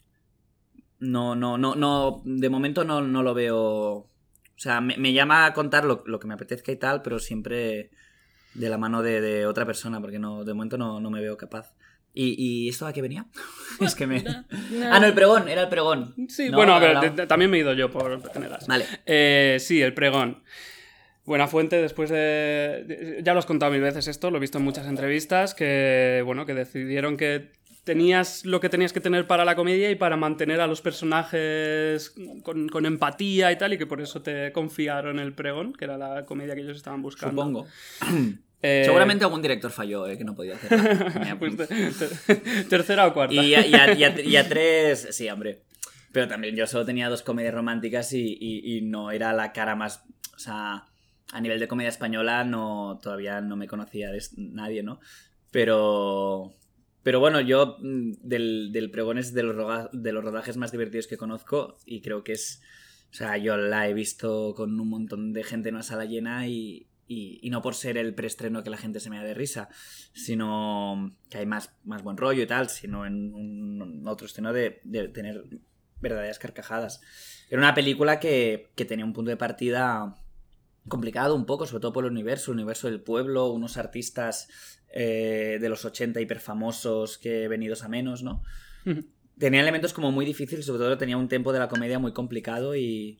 Speaker 2: No, de momento no lo veo. O sea, me llama a contar lo que me apetezca y tal, pero siempre de la mano de otra persona, porque no, de momento no me veo capaz. ¿Y esto a qué venía? Es que me... Ah, no, el pregón, era el pregón.
Speaker 1: Sí,
Speaker 2: ¿no?
Speaker 1: bueno, a ver, también me he ido yo por tenerlas.
Speaker 2: Vale.
Speaker 1: Sí, el pregón. Buena fuente, después ya lo has contado 1000 veces esto, lo he visto en muchas entrevistas, que decidieron que tenías lo que tenías que tener para la comedia y para mantener a los personajes con empatía y tal, y que por eso te confiaron el pregón, que era la comedia que ellos estaban buscando.
Speaker 2: Supongo. Seguramente algún director falló, que no podía hacer.
Speaker 1: Pues tercera o cuarta.
Speaker 2: Y a 3, sí, hombre. Pero también yo solo tenía 2 comedias románticas y no era la cara más... O sea, a nivel de comedia española todavía no me conocía nadie, ¿no? Pero bueno, yo del pregón es de los rodajes más divertidos que conozco y creo que es... O sea, yo la he visto con un montón de gente en una sala llena y no por ser el preestreno que la gente se me da de risa, sino que hay más buen rollo y tal, sino en un otro estreno de tener verdaderas carcajadas. Era una película que tenía un punto de partida complicado un poco, sobre todo por el universo del pueblo, unos artistas de los 80 hiperfamosos que venidos a menos, ¿no? Tenía elementos como muy difíciles, sobre todo tenía un tempo de la comedia muy complicado y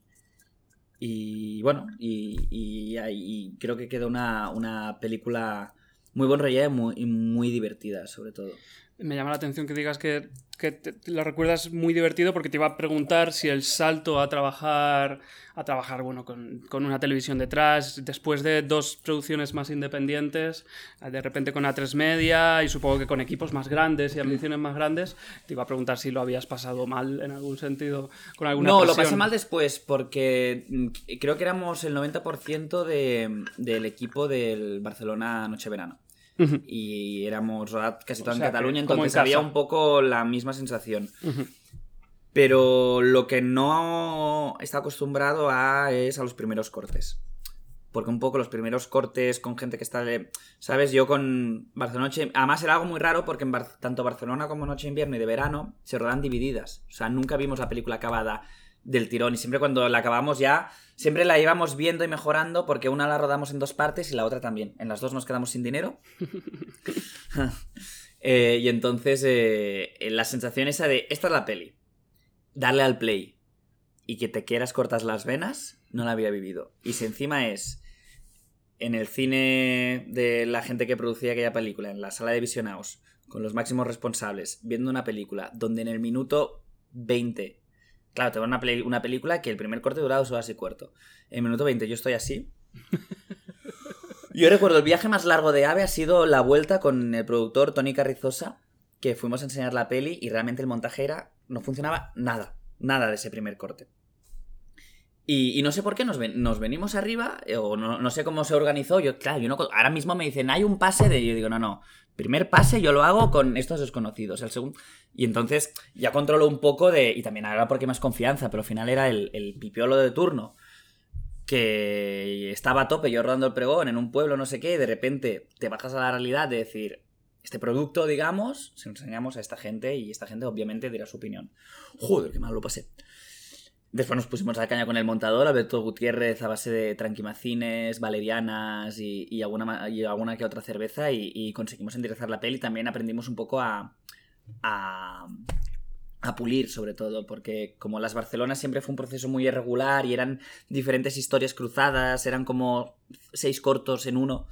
Speaker 2: bueno, y creo que quedó una película muy buen rollo y muy divertida, sobre todo.
Speaker 1: Me llama la atención que digas que lo recuerdas muy divertido, porque te iba a preguntar si el salto a trabajar bueno, con una televisión detrás, después de 2 producciones más independientes, de repente con A3 Media y supongo que con equipos más grandes y ambiciones más grandes, te iba a preguntar si lo habías pasado mal en algún sentido, con alguna presión.
Speaker 2: No, lo pasé mal después, porque creo que éramos el 90% del equipo del Barcelona Noche-Verano. Y éramos rodados casi todo en Cataluña, entonces había un poco la misma sensación. Pero lo que no está acostumbrado es a los primeros cortes. Porque un poco los primeros cortes con gente que está... ¿Sabes? Yo con Barcelona... Además era algo muy raro porque tanto Barcelona como Noche de Invierno y de Verano se rodan divididas. O sea, nunca vimos la película acabada del tirón. Y siempre cuando la acabamos ya... Siempre la íbamos viendo y mejorando porque una la rodamos en 2 partes y la otra también. En las 2 nos quedamos sin dinero. Y entonces la sensación esa de... Esta es la peli. Darle al play y que te quieras cortas las venas, no la había vivido. Y si encima es en el cine de la gente que producía aquella película, en la sala de visionados, con los máximos responsables, viendo una película donde en el minuto 20... Claro, te va una película que el primer corte duraba 2 horas y cuarto. En el minuto 20 yo estoy así. Yo recuerdo el viaje más largo de AVE ha sido la vuelta con el productor Toni Carrizosa, que fuimos a enseñar la peli y realmente el montaje no funcionaba nada de ese primer corte. Y no sé por qué nos venimos arriba, o no sé cómo se organizó. Ahora mismo me dicen, hay un pase de... Yo digo, no. Primer pase yo lo hago con estos desconocidos. El segundo... Y entonces ya controlo un poco de... Y también ahora porque hay más confianza, pero al final era el pipiolo de turno que estaba a tope, yo rodando el pregón en un pueblo, no sé qué, y de repente te bajas a la realidad de decir... Este producto, digamos, se lo enseñamos a esta gente y esta gente obviamente dirá su opinión. Joder, qué mal lo pasé. Después nos pusimos a la caña con el montador, Alberto Gutiérrez, a base de tranquimacines, valerianas y alguna que otra cerveza y conseguimos enderezar la peli. También aprendimos un poco a pulir, sobre todo, porque como Las Barcelonas siempre fue un proceso muy irregular y eran diferentes historias cruzadas, eran como 6 cortos en uno.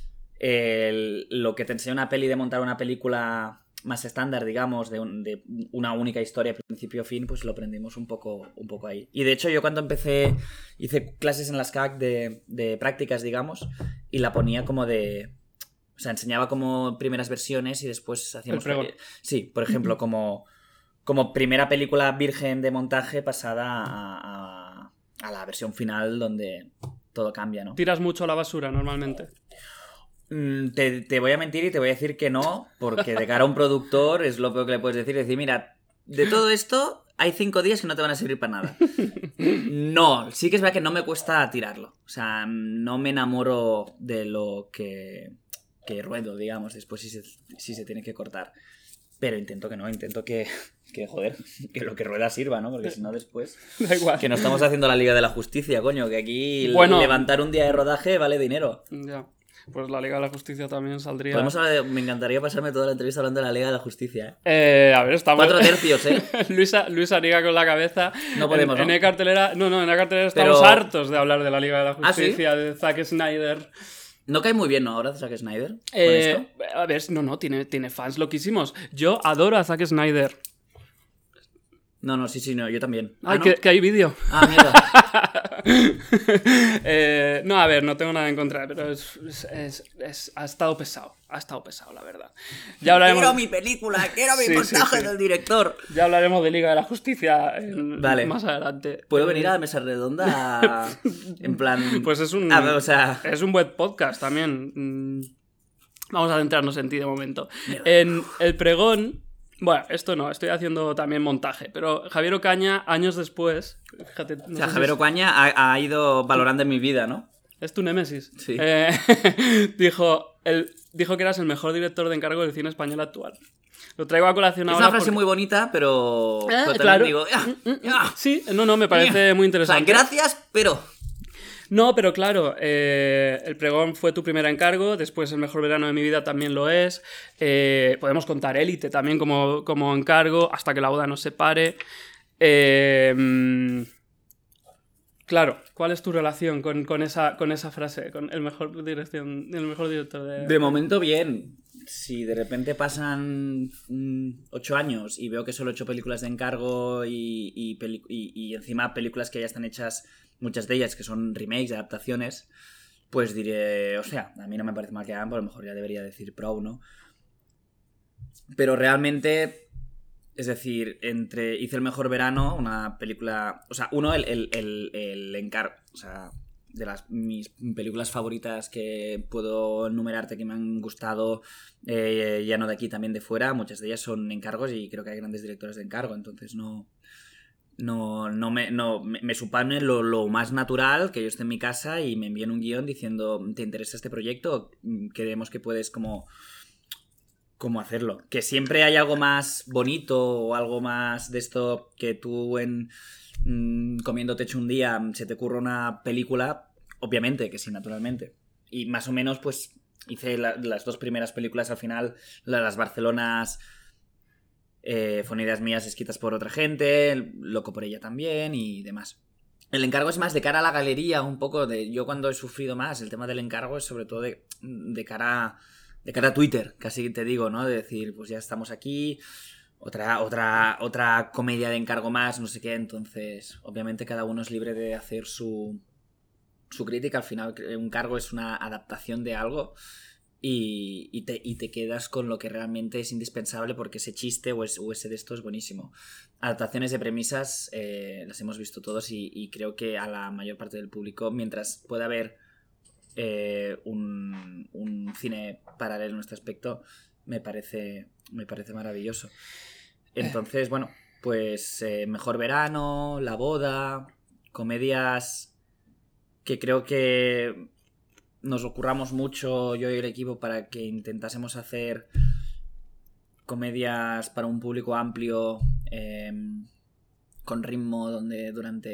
Speaker 2: Lo que te enseña una peli de montar una película más estándar, digamos, de una única historia principio a fin, pues lo aprendimos un poco ahí. Y de hecho yo cuando empecé hice clases en las CAC de prácticas, digamos, y la ponía como de... O sea, enseñaba como primeras versiones y después hacíamos... Sí, por ejemplo, como primera película virgen de montaje pasada a la versión final donde todo cambia, ¿no?
Speaker 1: ¿Tiras mucho a la basura normalmente?
Speaker 2: Te voy a mentir y te voy a decir que no, porque de cara a un productor es lo peor que le puedes decir. Decir, mira, de todo esto hay 5 días que no te van a servir para nada. No, sí que es verdad que no me cuesta tirarlo. O sea, no me enamoro de lo que ruedo, digamos, después si se tiene que cortar. Pero intento que joder, que lo que rueda sirva, ¿no? Porque si no después...
Speaker 1: Da igual.
Speaker 2: Que no estamos haciendo la Liga de la Justicia, coño, que aquí
Speaker 1: Bueno,
Speaker 2: levantar un día de rodaje vale dinero.
Speaker 1: Ya. Pues la Liga de la Justicia también saldría.
Speaker 2: Podemos hablar me encantaría pasarme toda la entrevista hablando de la Liga de la Justicia, ¿eh?
Speaker 1: A ver, estamos...
Speaker 2: 4 tercios, ¿eh?
Speaker 1: Luis Ariga con la cabeza.
Speaker 2: No podemos,
Speaker 1: en
Speaker 2: ¿no?
Speaker 1: E-Cartelera... No, en E-Cartelera estamos
Speaker 2: Pero-
Speaker 1: hartos de hablar de la Liga de la
Speaker 2: ¿Ah, sí?
Speaker 1: Justicia, de Zack Snyder.
Speaker 2: No cae muy bien, ¿no? Ahora Zack Snyder con esto.
Speaker 1: A ver, no, tiene fans loquísimos. Yo adoro a Zack Snyder.
Speaker 2: No, sí, no, yo también.
Speaker 1: Ay,
Speaker 2: ¿no?
Speaker 1: que hay vídeo.
Speaker 2: Ah, mierda.
Speaker 1: No, a ver, no tengo nada en contra, pero ha estado pesado. Ha estado pesado, la verdad. Ya hablaremos,
Speaker 2: Quiero mi película, quiero mi
Speaker 1: Sí,
Speaker 2: montaje
Speaker 1: sí.
Speaker 2: del director.
Speaker 1: ya hablaremos de Liga de la Justicia
Speaker 2: Vale.
Speaker 1: más adelante.
Speaker 2: ¿Puedo venir a la mesa redonda? En plan...
Speaker 1: Pues es un,
Speaker 2: o sea...
Speaker 1: es un buen podcast también. Vamos a centrarnos en ti de momento. En el pregón... Bueno, esto no, estoy haciendo también montaje, pero Javier Ocaña, años después, fíjate... no
Speaker 2: O sea,
Speaker 1: sé si
Speaker 2: Javier Ocaña ha ido valorando en mi vida, ¿no?
Speaker 1: es tu némesis.
Speaker 2: Sí.
Speaker 1: Dijo que eras el mejor director de encargo del cine español actual. Lo traigo a colación
Speaker 2: Es
Speaker 1: ahora
Speaker 2: una frase
Speaker 1: porque-
Speaker 2: muy bonita, pero también
Speaker 1: claro.
Speaker 2: digo...
Speaker 1: Sí, no, me parece muy
Speaker 2: O sea,
Speaker 1: interesante.
Speaker 2: gracias, pero...
Speaker 1: No, pero claro, el pregón fue tu primer encargo, después el mejor verano de mi vida también lo es. Podemos contar Élite también como encargo, hasta que la boda nos separe. Claro, ¿cuál es tu relación con esa frase? Con el mejor director de...
Speaker 2: De momento bien. Si de repente pasan 8 años y veo que solo he hecho películas de encargo y encima películas que ya están hechas, muchas de ellas que son remakes, adaptaciones, pues diré, o sea, a mí no me parece mal que hagan, pero a lo mejor ya debería decir pro, ¿no? Pero realmente, es decir, hice El mejor verano, una película, o sea, el encargo, o sea, mis películas favoritas que puedo enumerarte que me han gustado, ya no de aquí, también de fuera, muchas de ellas son encargos y creo que hay grandes directores de encargo, entonces me supone lo más natural que yo esté en mi casa y me envíen un guión diciendo, ¿te interesa este proyecto? Creemos que puedes como hacerlo. Que siempre hay algo más bonito o algo más de esto que tú comiendo techo un día se te ocurre una película, obviamente que sí, naturalmente. Y más o menos pues hice las 2 primeras películas al final, las Barcelonas... fueron ideas mías escritas por otra gente, loco por ella también y demás. El encargo es más de cara a la galería, un poco de... Yo cuando he sufrido más el tema del encargo es sobre todo de cara a Twitter, casi te digo, ¿no? De decir, pues ya estamos aquí, otra comedia de encargo más, no sé qué. Entonces, obviamente cada uno es libre de hacer su crítica. Al final un encargo es una adaptación de algo. Y te quedas con lo que realmente es indispensable porque ese chiste o ese de esto es buenísimo. Adaptaciones de premisas las hemos visto todos y creo que a la mayor parte del público, mientras pueda haber un cine paralelo en este aspecto, me parece maravilloso. Entonces, bueno, pues Mejor verano, La boda, comedias que creo que nos ocurramos mucho, yo y el equipo, para que intentásemos hacer comedias para un público amplio, con ritmo, donde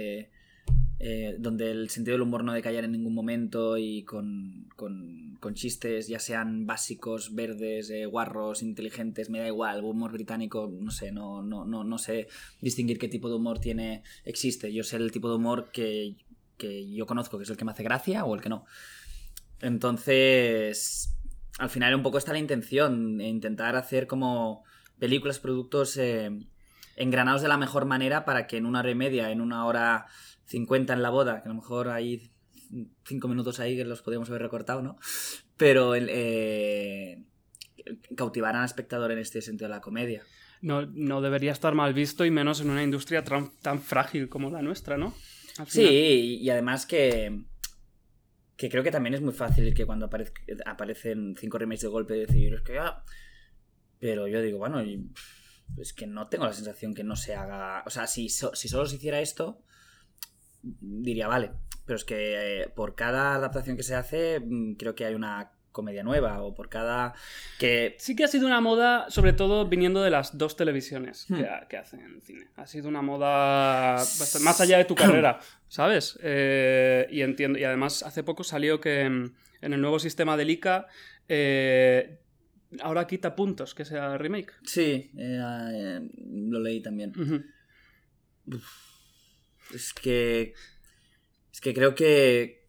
Speaker 2: el sentido del humor no decayera en ningún momento y con chistes, ya sean básicos, verdes, guarros, inteligentes, me da igual, humor británico, no sé, no sé distinguir qué tipo de humor existe. Yo sé el tipo de humor que yo conozco, que es el que me hace gracia o el que no. Entonces, al final un poco está la intención, intentar hacer como películas, productos engranados de la mejor manera para que en 1 hora y media, en 1 hora 50 en La boda, que a lo mejor hay 5 minutos ahí que los podríamos haber recortado, ¿no? Pero cautivarán al espectador en este sentido de la comedia.
Speaker 1: No debería estar mal visto y menos en una industria tan frágil como la nuestra, ¿no? Al final.
Speaker 2: Sí, y además que creo que también es muy fácil que cuando aparecen 5 remakes de golpe decir, es que ya... Pero yo digo, bueno, es que no tengo la sensación que no se haga... O sea, si solo se hiciera esto, diría, vale, pero es que por cada adaptación que se hace, creo que hay una comedia nueva o por cada... que
Speaker 1: Sí que ha sido una moda, sobre todo viniendo de las dos televisiones que hacen cine. Ha sido una moda más allá de tu carrera, ¿sabes? Y entiendo. Y además hace poco salió que en el nuevo sistema del ICA ahora quita puntos que sea remake.
Speaker 2: Sí, lo leí también.
Speaker 1: Uh-huh.
Speaker 2: Es que creo que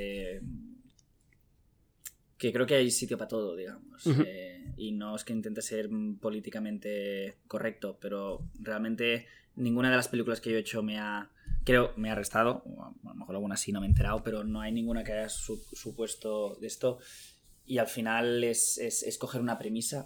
Speaker 2: creo que hay sitio para todo, digamos.
Speaker 1: Uh-huh.
Speaker 2: Y no es que intente ser políticamente correcto, pero realmente ninguna de las películas que yo he hecho me ha restado, o a lo mejor alguna sí no me he enterado, pero no hay ninguna que haya supuesto de esto. Y al final es coger una premisa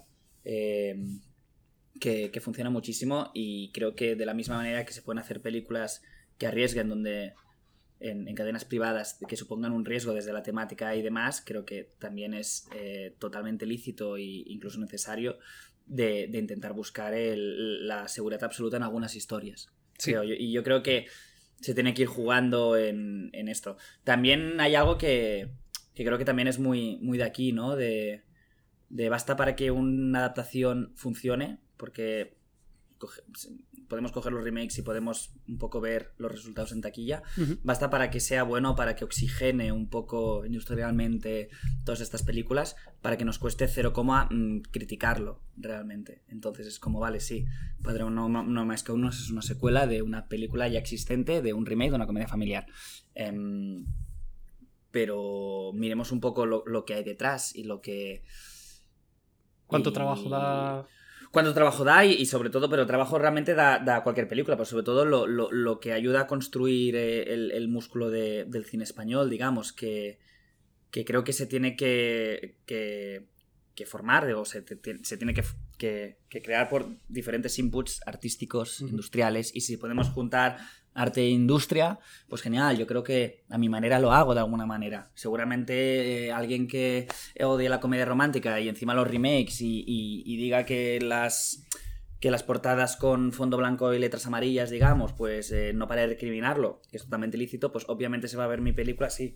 Speaker 2: que funciona muchísimo, y creo que de la misma manera que se pueden hacer películas que arriesguen donde en cadenas privadas que supongan un riesgo desde la temática y demás, creo que también es totalmente lícito e incluso necesario de intentar buscar la seguridad absoluta en algunas historias.
Speaker 1: Sí.
Speaker 2: Y yo creo que se tiene que ir jugando en esto. También hay algo que creo que también es muy, muy de aquí, ¿no? De basta para que una adaptación funcione, porque podemos coger los remakes y podemos un poco ver los resultados en taquilla.
Speaker 1: Uh-huh.
Speaker 2: Basta para que sea bueno, para que oxigene un poco industrialmente todas estas películas, para que nos cueste 0, criticarlo realmente. Entonces es como, vale, sí, Padre no más que uno es una secuela de una película ya existente, de un remake de una comedia familiar. Pero miremos un poco lo que hay detrás y lo que...
Speaker 1: ¿Cuánto trabajo da?
Speaker 2: Cuánto trabajo da y sobre todo, pero trabajo realmente da cualquier película, pero sobre todo lo que ayuda a construir el músculo del cine español, digamos, que creo que se tiene que formar, o se tiene que crear por diferentes inputs artísticos, industriales, y si podemos juntar arte e industria, pues genial. Yo creo que a mi manera lo hago de alguna manera. Seguramente alguien que odie la comedia romántica y encima los remakes y diga que las portadas con fondo blanco y letras amarillas, digamos, pues no para de recriminarlo, que es totalmente lícito, pues obviamente se va a ver mi película así.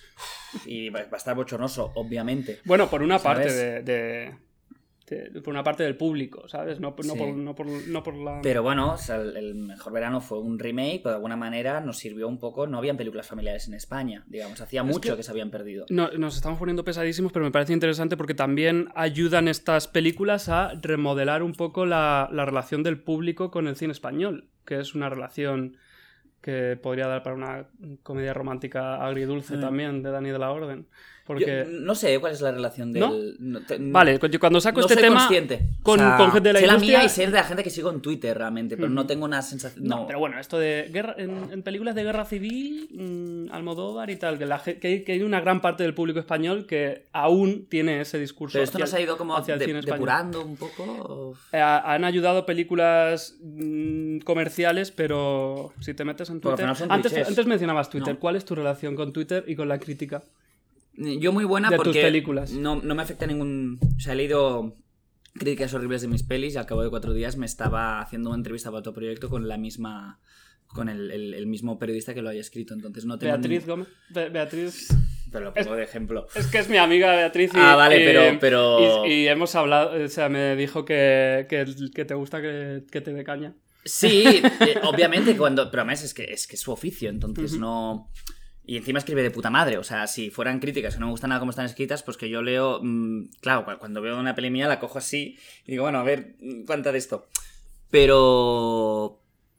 Speaker 2: Y va a estar bochornoso, obviamente.
Speaker 1: Bueno, por una
Speaker 2: ¿sabes?
Speaker 1: parte por una parte del público, ¿sabes? No por la...
Speaker 2: Pero bueno, o sea, el mejor verano fue un remake, pero de alguna manera nos sirvió un poco. No habían películas familiares en España, digamos, hacía mucho que se habían perdido.
Speaker 1: No, nos estamos poniendo pesadísimos, pero me parece interesante porque también ayudan estas películas a remodelar un poco la relación del público con el cine español, que es una relación que podría dar para una comedia romántica agridulce también, de Dani de la Orden. Porque...
Speaker 2: Yo no sé cuál es la relación del...
Speaker 1: ¿No? Vale, cuando saco
Speaker 2: no
Speaker 1: este
Speaker 2: soy
Speaker 1: tema
Speaker 2: consciente.
Speaker 1: con gente de la
Speaker 2: sé
Speaker 1: industria...
Speaker 2: la mía y sé de la gente que sigo en Twitter realmente, pero no tengo una sensación...
Speaker 1: No, pero bueno, esto de guerra, en películas de guerra civil, Almodóvar y tal, que hay una gran parte del público español que aún tiene ese discurso.
Speaker 2: Pero esto nos ha ido como
Speaker 1: hacia el cine español.
Speaker 2: depurando un poco.
Speaker 1: Han ayudado películas comerciales, pero si te metes en Twitter... Antes mencionabas Twitter. No. ¿Cuál es tu relación con Twitter y con la crítica?
Speaker 2: Yo muy buena
Speaker 1: de
Speaker 2: porque
Speaker 1: tus películas.
Speaker 2: No me afecta ningún... O sea, he leído críticas horribles de mis pelis y al cabo de 4 días me estaba haciendo una entrevista para otro proyecto con la misma... con el mismo periodista que lo haya escrito. Entonces no tengo...
Speaker 1: Beatriz Gómez. Beatriz...
Speaker 2: Pero lo pongo de ejemplo.
Speaker 1: Es que es mi amiga Beatriz y...
Speaker 2: vale, pero...
Speaker 1: Y hemos hablado... O sea, me dijo que te gusta que te dé caña.
Speaker 2: Sí, obviamente cuando... Pero además es que es su oficio, entonces no... Y encima escribe de puta madre, o sea, si fueran críticas que no me gustan nada cómo están escritas, pues que yo leo... claro, cuando veo una peli mía la cojo así y digo, bueno, a ver, cuánta de esto. Pero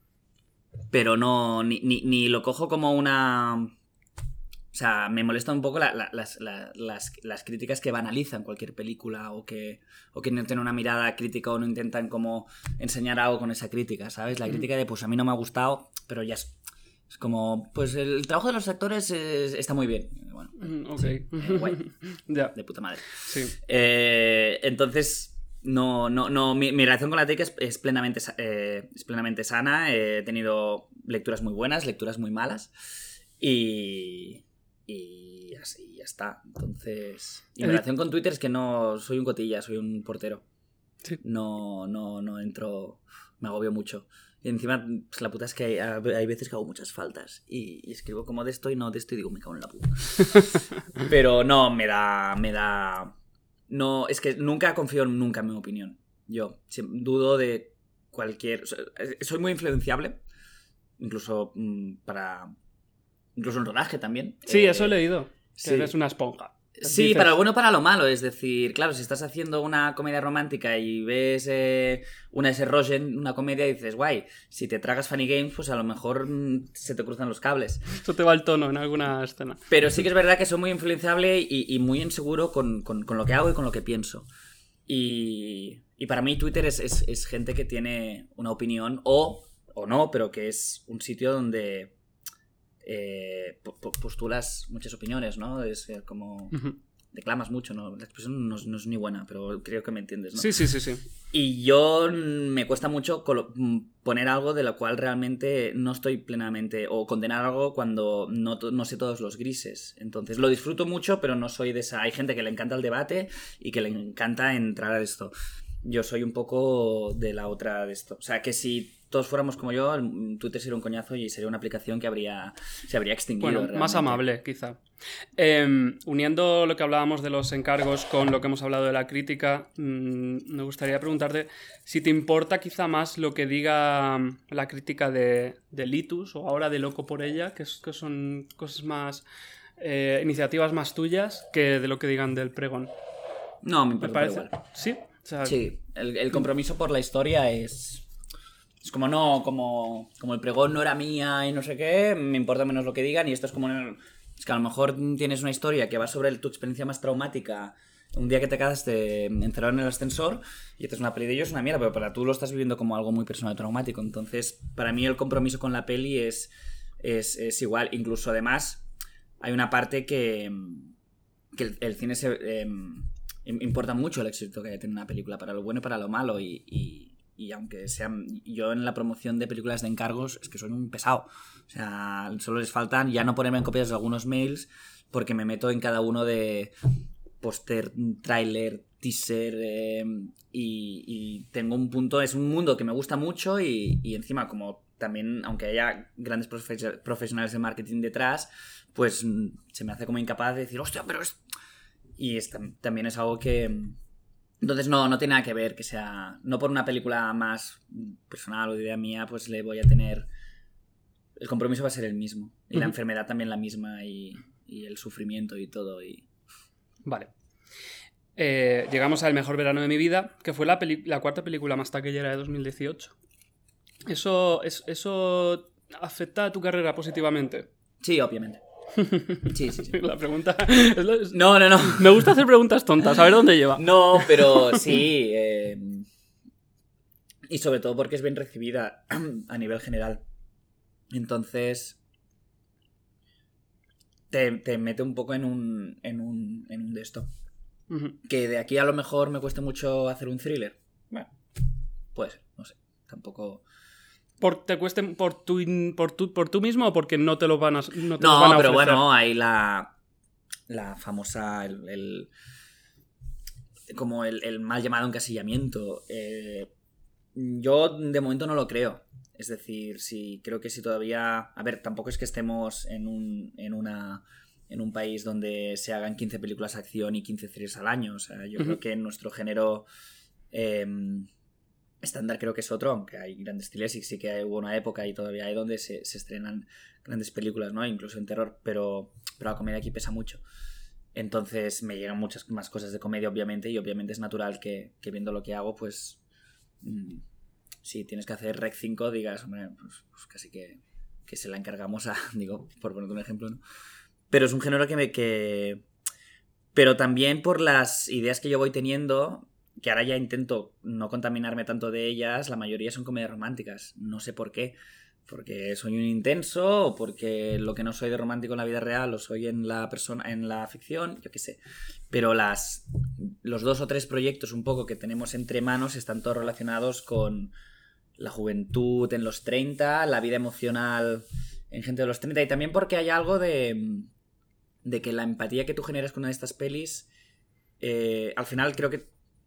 Speaker 2: no, ni lo cojo como una... O sea, me molesta un poco las críticas que banalizan cualquier película o que no tienen una mirada crítica o no intentan como enseñar algo con esa crítica, ¿sabes? La crítica de, pues a mí no me ha gustado, pero ya es como, pues el trabajo de los actores está muy bien. Bueno,
Speaker 1: okay.
Speaker 2: Sí, guay.
Speaker 1: Ya.
Speaker 2: De puta madre.
Speaker 1: Sí.
Speaker 2: Entonces, no, mi relación con la TIC es plenamente sana. He tenido lecturas muy buenas, lecturas muy malas. Y así ya está. Entonces, y mi relación con Twitter es que no soy un cotilla, soy un portero.
Speaker 1: Sí.
Speaker 2: No entro, me agobio mucho. Y encima, pues la puta es que hay veces que hago muchas faltas y escribo como de esto y no de esto y digo, me cago en la puta. Pero no, me da... No, es que nunca confío nunca en mi opinión. Yo dudo de cualquier... O sea, soy muy influenciable, incluso incluso en rodaje también.
Speaker 1: Sí, eso he leído. Que
Speaker 2: sí.
Speaker 1: eres una esponja.
Speaker 2: Sí,
Speaker 1: Dices...
Speaker 2: para lo bueno o para lo malo. Es decir, claro, si estás haciendo una comedia romántica y ves una S. Rogen, una comedia, y dices, guay, si te tragas Funny Games, pues a lo mejor se te cruzan los cables.
Speaker 1: Eso te va el tono en alguna escena.
Speaker 2: Pero sí que es verdad que soy muy influenciable y muy inseguro con lo que hago y con lo que pienso. Y para mí Twitter es gente que tiene una opinión o no, pero que es un sitio donde postulas muchas opiniones, ¿no? Es como... Declamas mucho, ¿no? La expresión no es ni buena, pero creo que me entiendes, ¿no?
Speaker 1: Sí.
Speaker 2: Y yo me cuesta mucho poner algo de lo cual realmente no estoy plenamente... O condenar algo cuando no sé todos los grises. Entonces lo disfruto mucho, pero no soy de esa... Hay gente que le encanta el debate y que le encanta entrar a esto. Yo soy un poco de la otra de esto. O sea, que si todos fuéramos como yo, Twitter sería un coñazo y sería una aplicación que se habría extinguido.
Speaker 1: Bueno,
Speaker 2: realmente.
Speaker 1: más amable, quizá. Uniendo lo que hablábamos de los encargos con lo que hemos hablado de la crítica, me gustaría preguntarte si te importa quizá más lo que diga la crítica de Litus o ahora de Loco por ella, que son cosas más... iniciativas más tuyas que de lo que digan del pregón.
Speaker 2: No, me parece igual.
Speaker 1: ¿Sí? O sea,
Speaker 2: sí, el compromiso por la historia es como como el pregón no era mía y no sé qué, me importa menos lo que digan y esto es como... Es que a lo mejor tienes una historia que va sobre tu experiencia más traumática, un día que te quedaste encerrado en el ascensor y haces una peli de ellos, es una mierda, pero para tú lo estás viviendo como algo muy personal y traumático. Entonces, para mí el compromiso con la peli es igual. Incluso además hay una parte que el cine importa mucho el éxito que tiene una película, para lo bueno y para lo malo, y aunque sean... Yo en la promoción de películas de encargos es que soy un pesado. O sea, solo les faltan ya no ponerme en copias de algunos mails porque me meto en cada uno de póster, tráiler, teaser y tengo un punto... Es un mundo que me gusta mucho y encima como también, aunque haya grandes profesionales de marketing detrás, pues se me hace como incapaz de decir, hostia, pero es... Y también es algo que... Entonces no tiene nada que ver que sea... No por una película más personal o de idea mía, pues le voy a tener... El compromiso va a ser el mismo. Y la enfermedad también la misma y el sufrimiento y todo.
Speaker 1: Vale. Llegamos al mejor verano de mi vida, que fue la cuarta película más taquillera de 2018. ¿Eso afecta a tu carrera positivamente?
Speaker 2: Sí, obviamente. Sí.
Speaker 1: La pregunta...
Speaker 2: No.
Speaker 1: Me gusta hacer preguntas tontas, a ver dónde lleva.
Speaker 2: No, pero sí. Y sobre todo porque es bien recibida a nivel general. Entonces... Te mete un poco en un de esto. Que de aquí a lo mejor me cueste mucho hacer un thriller. Bueno, puede ser, no sé. Tampoco...
Speaker 1: ¿Te cueste por tú mismo o porque no te lo van a no te
Speaker 2: no,
Speaker 1: los van a
Speaker 2: pero
Speaker 1: ofrecer?
Speaker 2: Bueno, hay la famosa... como el mal llamado encasillamiento. Yo de momento no lo creo. Es decir, creo que si todavía... A ver, tampoco es que estemos en un país donde se hagan 15 películas de acción y 15 series al año. O sea, yo creo que en nuestro género estándar creo que es otro, aunque hay grandes estilos y sí que hubo una época y todavía hay donde se estrenan grandes películas, ¿no? Incluso en terror, pero la comedia aquí pesa mucho. Entonces me llegan muchas más cosas de comedia, obviamente, y obviamente es natural que viendo lo que hago, pues... si tienes que hacer Rec 5, digas, hombre, pues casi que se la encargamos a... Digo, por ponerte un ejemplo, ¿no? Pero es un género pero también por las ideas que yo voy teniendo, que ahora ya intento no contaminarme tanto de ellas, la mayoría son comedias románticas. No sé por qué. Porque soy un intenso o porque lo que no soy de romántico en la vida real lo soy en la ficción, yo qué sé. Pero los 2 o 3 proyectos un poco que tenemos entre manos están todos relacionados con la juventud en los 30, la vida emocional en gente de los 30 y también porque hay algo de que la empatía que tú generas con una de estas pelis al final creo que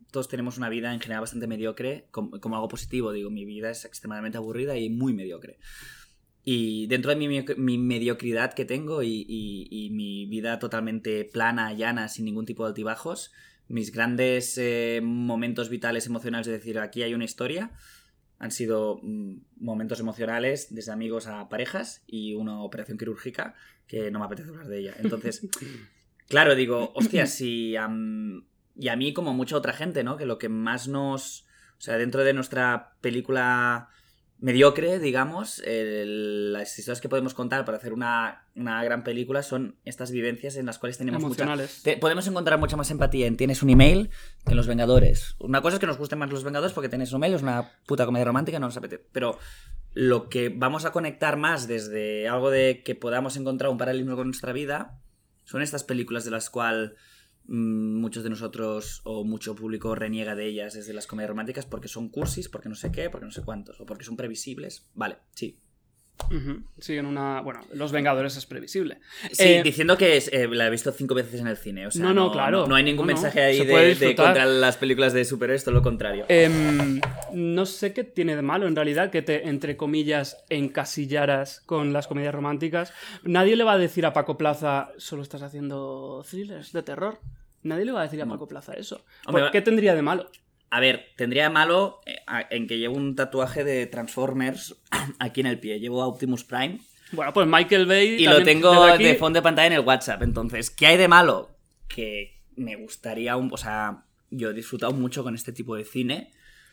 Speaker 2: todos tenemos una vida en general bastante mediocre, como algo positivo, digo, mi vida es extremadamente aburrida y muy mediocre. Y dentro de mi mediocridad que tengo y mi vida totalmente plana, llana, sin ningún tipo de altibajos, mis grandes momentos vitales emocionales de decir, aquí hay una historia, han sido momentos emocionales desde amigos a parejas y una operación quirúrgica que no me apetece hablar de ella. Entonces, claro, digo, hostia, si... y a mí como mucha otra gente, ¿no? Que lo que más nos... O sea, dentro de nuestra película mediocre, digamos, las historias que podemos contar para hacer una gran película son estas vivencias en las cuales tenemos
Speaker 1: emocionales.
Speaker 2: Podemos encontrar mucha más empatía en Tienes un email que en Los Vengadores. Una cosa es que nos gusten más Los Vengadores porque Tienes un email es una puta comedia romántica, no nos apetece. Pero lo que vamos a conectar más desde algo de que podamos encontrar un paralelismo con nuestra vida son estas películas de las cuales muchos de nosotros o mucho público reniega de ellas desde las comedias románticas porque son cursis, porque no sé qué, porque no sé cuántos, o porque son previsibles. Vale, sí.
Speaker 1: Sí, bueno, Los Vengadores es previsible.
Speaker 2: Sí, diciendo que la he visto 5 veces en el cine. O sea,
Speaker 1: claro.
Speaker 2: No hay ningún mensaje ahí de contra las películas de superhéroes, todo lo contrario.
Speaker 1: No sé qué tiene de malo, en realidad, que te, entre comillas, encasillaras con las comedias románticas. Nadie le va a decir a Paco Plaza, solo estás haciendo thrillers de terror. Nadie le va a decir a Paco Plaza eso. ¿Qué tendría de malo?
Speaker 2: A ver, tendría de malo en que llevo un tatuaje de Transformers aquí en el pie. Llevo a Optimus Prime.
Speaker 1: Bueno, pues Michael Bay...
Speaker 2: Y lo tengo de fondo de pantalla en el WhatsApp. Entonces, ¿qué hay de malo? Que me gustaría... O sea, yo he disfrutado mucho con este tipo de cine.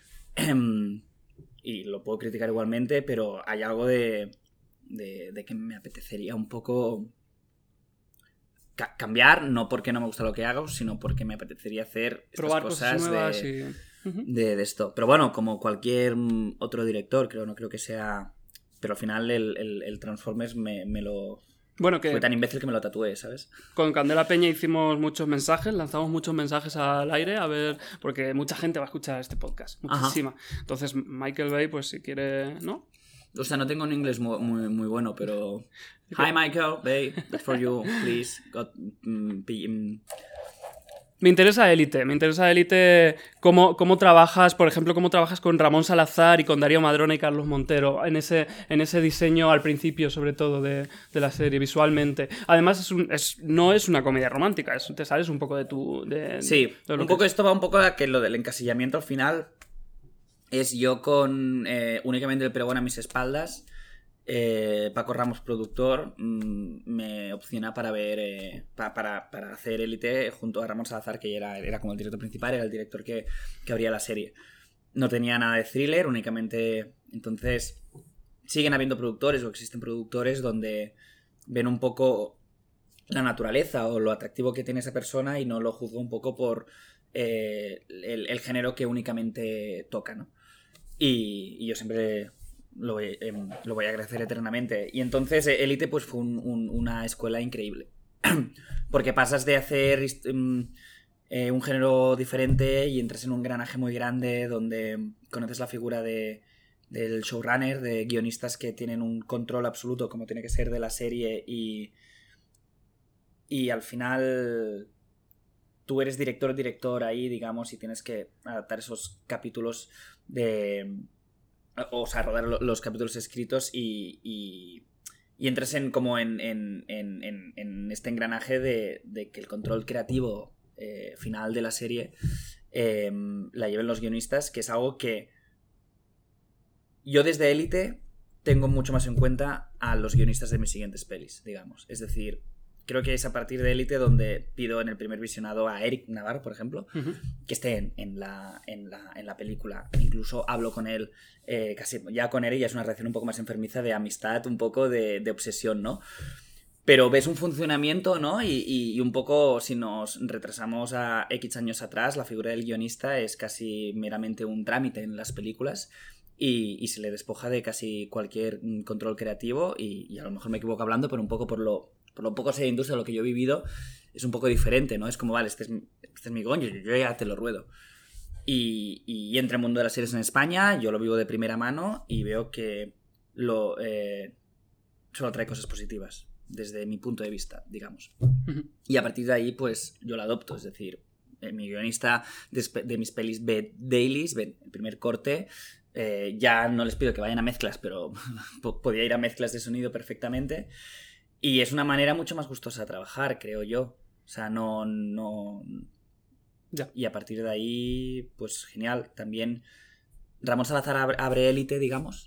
Speaker 2: Y lo puedo criticar igualmente, pero hay algo de que me apetecería un poco... cambiar, no porque no me gusta lo que hago, sino porque me apetecería hacer estas
Speaker 1: probar
Speaker 2: cosas
Speaker 1: nuevas
Speaker 2: de esto. Pero bueno, como cualquier otro director, no creo que sea... Pero al final el Transformers me lo...
Speaker 1: Bueno, que
Speaker 2: fue tan imbécil que me lo tatué, ¿sabes?
Speaker 1: Con Candela Peña hicimos muchos mensajes, lanzamos muchos mensajes al aire, a ver, porque mucha gente va a escuchar este podcast, muchísima. Ajá. Entonces, Michael Bay, pues si quiere, ¿no?
Speaker 2: O sea, no tengo un inglés muy bueno, pero... Hi, Michael Bay, that's for you, please.
Speaker 1: Me interesa Élite, cómo trabajas, por ejemplo, cómo trabajas con Ramón Salazar y con Darío Madrona y Carlos Montero en ese diseño al principio, sobre todo, de la serie, visualmente. Además, no es una comedia romántica, te sales un poco de tu...
Speaker 2: Sí, un poco esto va un poco a que lo del encasillamiento al final es yo con únicamente el pregón a mis espaldas. Paco Ramos, productor, me opciona para ver para hacer Élite junto a Ramón Salazar, que era como el director principal, era el director que abría la serie. No tenía nada de thriller, únicamente. Entonces siguen habiendo productores o existen productores donde ven un poco la naturaleza o lo atractivo que tiene esa persona y no lo juzgo un poco por el género que únicamente toca, ¿no? Y yo siempre lo voy a agradecer eternamente. Y entonces Élite pues fue una escuela increíble. Porque pasas de hacer un género diferente y entras en un engranaje muy grande donde conoces la figura del showrunner, de guionistas que tienen un control absoluto como tiene que ser de la serie y al final tú eres director ahí, digamos, y tienes que adaptar esos capítulos o sea, rodar los capítulos escritos y entras en este engranaje de que el control creativo final de la serie la lleven los guionistas, que es algo que yo desde Élite tengo mucho más en cuenta a los guionistas de mis siguientes pelis, digamos. Es decir, creo que es a partir de Élite donde pido en el primer visionado a Eric Navarro, por ejemplo, que esté en la película. Incluso hablo con él, casi ya con él, y ya es una relación un poco más enfermiza de amistad, un poco de obsesión, ¿no? Pero ves un funcionamiento, ¿no? Y un poco, si nos retrasamos a X años atrás, la figura del guionista es casi meramente un trámite en las películas y se le despoja de casi cualquier control creativo y a lo mejor me equivoco hablando, pero un poco por lo poco sé de industria, lo que yo he vivido es un poco diferente, ¿no? Es como, vale, este es mi coño, yo ya te lo ruedo. Y entre el mundo de las series en España, yo lo vivo de primera mano y veo que solo trae cosas positivas, desde mi punto de vista, digamos. Y a partir de ahí, pues, yo lo adopto, es decir, mi guionista de mis pelis ve dailies, ve el primer corte. Ya no les pido que vayan a mezclas, pero podía ir a mezclas de sonido perfectamente. Y es una manera mucho más gustosa de trabajar, creo yo. O sea, no...
Speaker 1: Ya.
Speaker 2: Y a partir de ahí, pues genial. También Ramón Salazar abre Élite, digamos.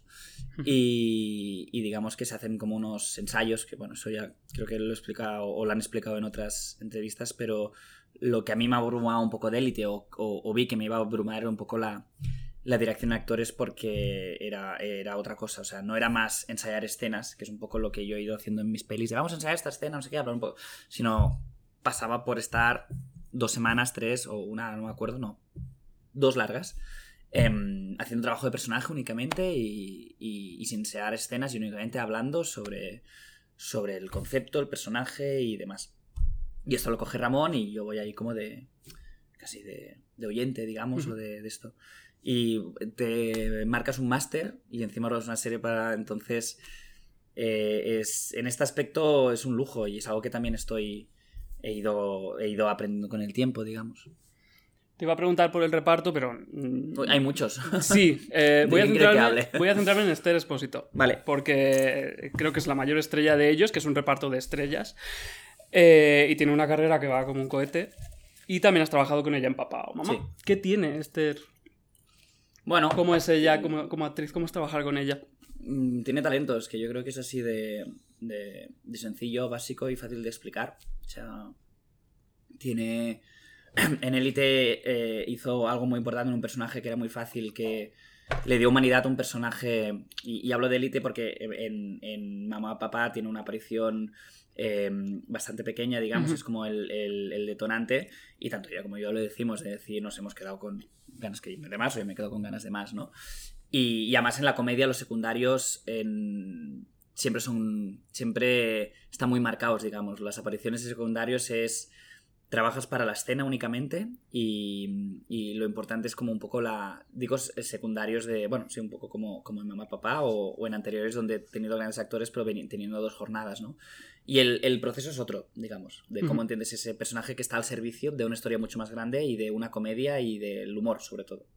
Speaker 2: Y digamos que se hacen como unos ensayos, que bueno, eso ya creo que lo he explicado o lo han explicado en otras entrevistas, pero lo que a mí me ha abrumado un poco de Élite o vi que me iba a abrumar era un poco la dirección de actores, porque era otra cosa. O sea, no era más ensayar escenas, que es un poco lo que yo he ido haciendo en mis pelis, de vamos a ensayar esta escena, no sé qué, hablar un poco, sino pasaba por estar 2 semanas, 3 o una, no me acuerdo, no, 2 largas, haciendo trabajo de personaje únicamente y sin ensayar escenas y únicamente hablando sobre el concepto, el personaje y demás. Y esto lo coge Ramón y yo voy ahí como casi de oyente, digamos, o de esto. Y te marcas un máster y encima rodas una serie para... Entonces, en este aspecto es un lujo y es algo que también he ido aprendiendo con el tiempo, digamos.
Speaker 1: Te iba a preguntar por el reparto, pero...
Speaker 2: Hay muchos.
Speaker 1: Sí, voy a centrarme en Esther Expósito.
Speaker 2: Vale.
Speaker 1: Porque creo que es la mayor estrella de ellos, que es un reparto de estrellas. Y tiene una carrera que va como un cohete. Y también has trabajado con ella en Papá o Mamá.
Speaker 2: Sí.
Speaker 1: ¿Qué tiene Esther?
Speaker 2: Bueno.
Speaker 1: ¿Cómo es ella como actriz? ¿Cómo es trabajar con ella?
Speaker 2: Tiene talentos, que yo creo que es así de sencillo, básico y fácil de explicar. O sea, tiene... En Élite hizo algo muy importante en un personaje que era muy fácil, que le dio humanidad a un personaje. Y hablo de Élite porque en Mamá Papá tiene una aparición bastante pequeña, digamos. Es como el detonante. Y tanto ella como yo lo decimos, de decir, nos hemos quedado con ganas de más, o yo me quedo con ganas de más, ¿no? Y además en la comedia los secundarios siempre están muy marcados, digamos. Las apariciones de secundarios trabajas para la escena únicamente y lo importante es como un poco digo secundarios de, bueno, sí, un poco como en Mamá Papá o en anteriores donde he tenido grandes actores pero teniendo 2 jornadas, ¿no? Y el proceso es otro, digamos, de cómo entiendes ese personaje que está al servicio de una historia mucho más grande y de una comedia y del humor, sobre todo.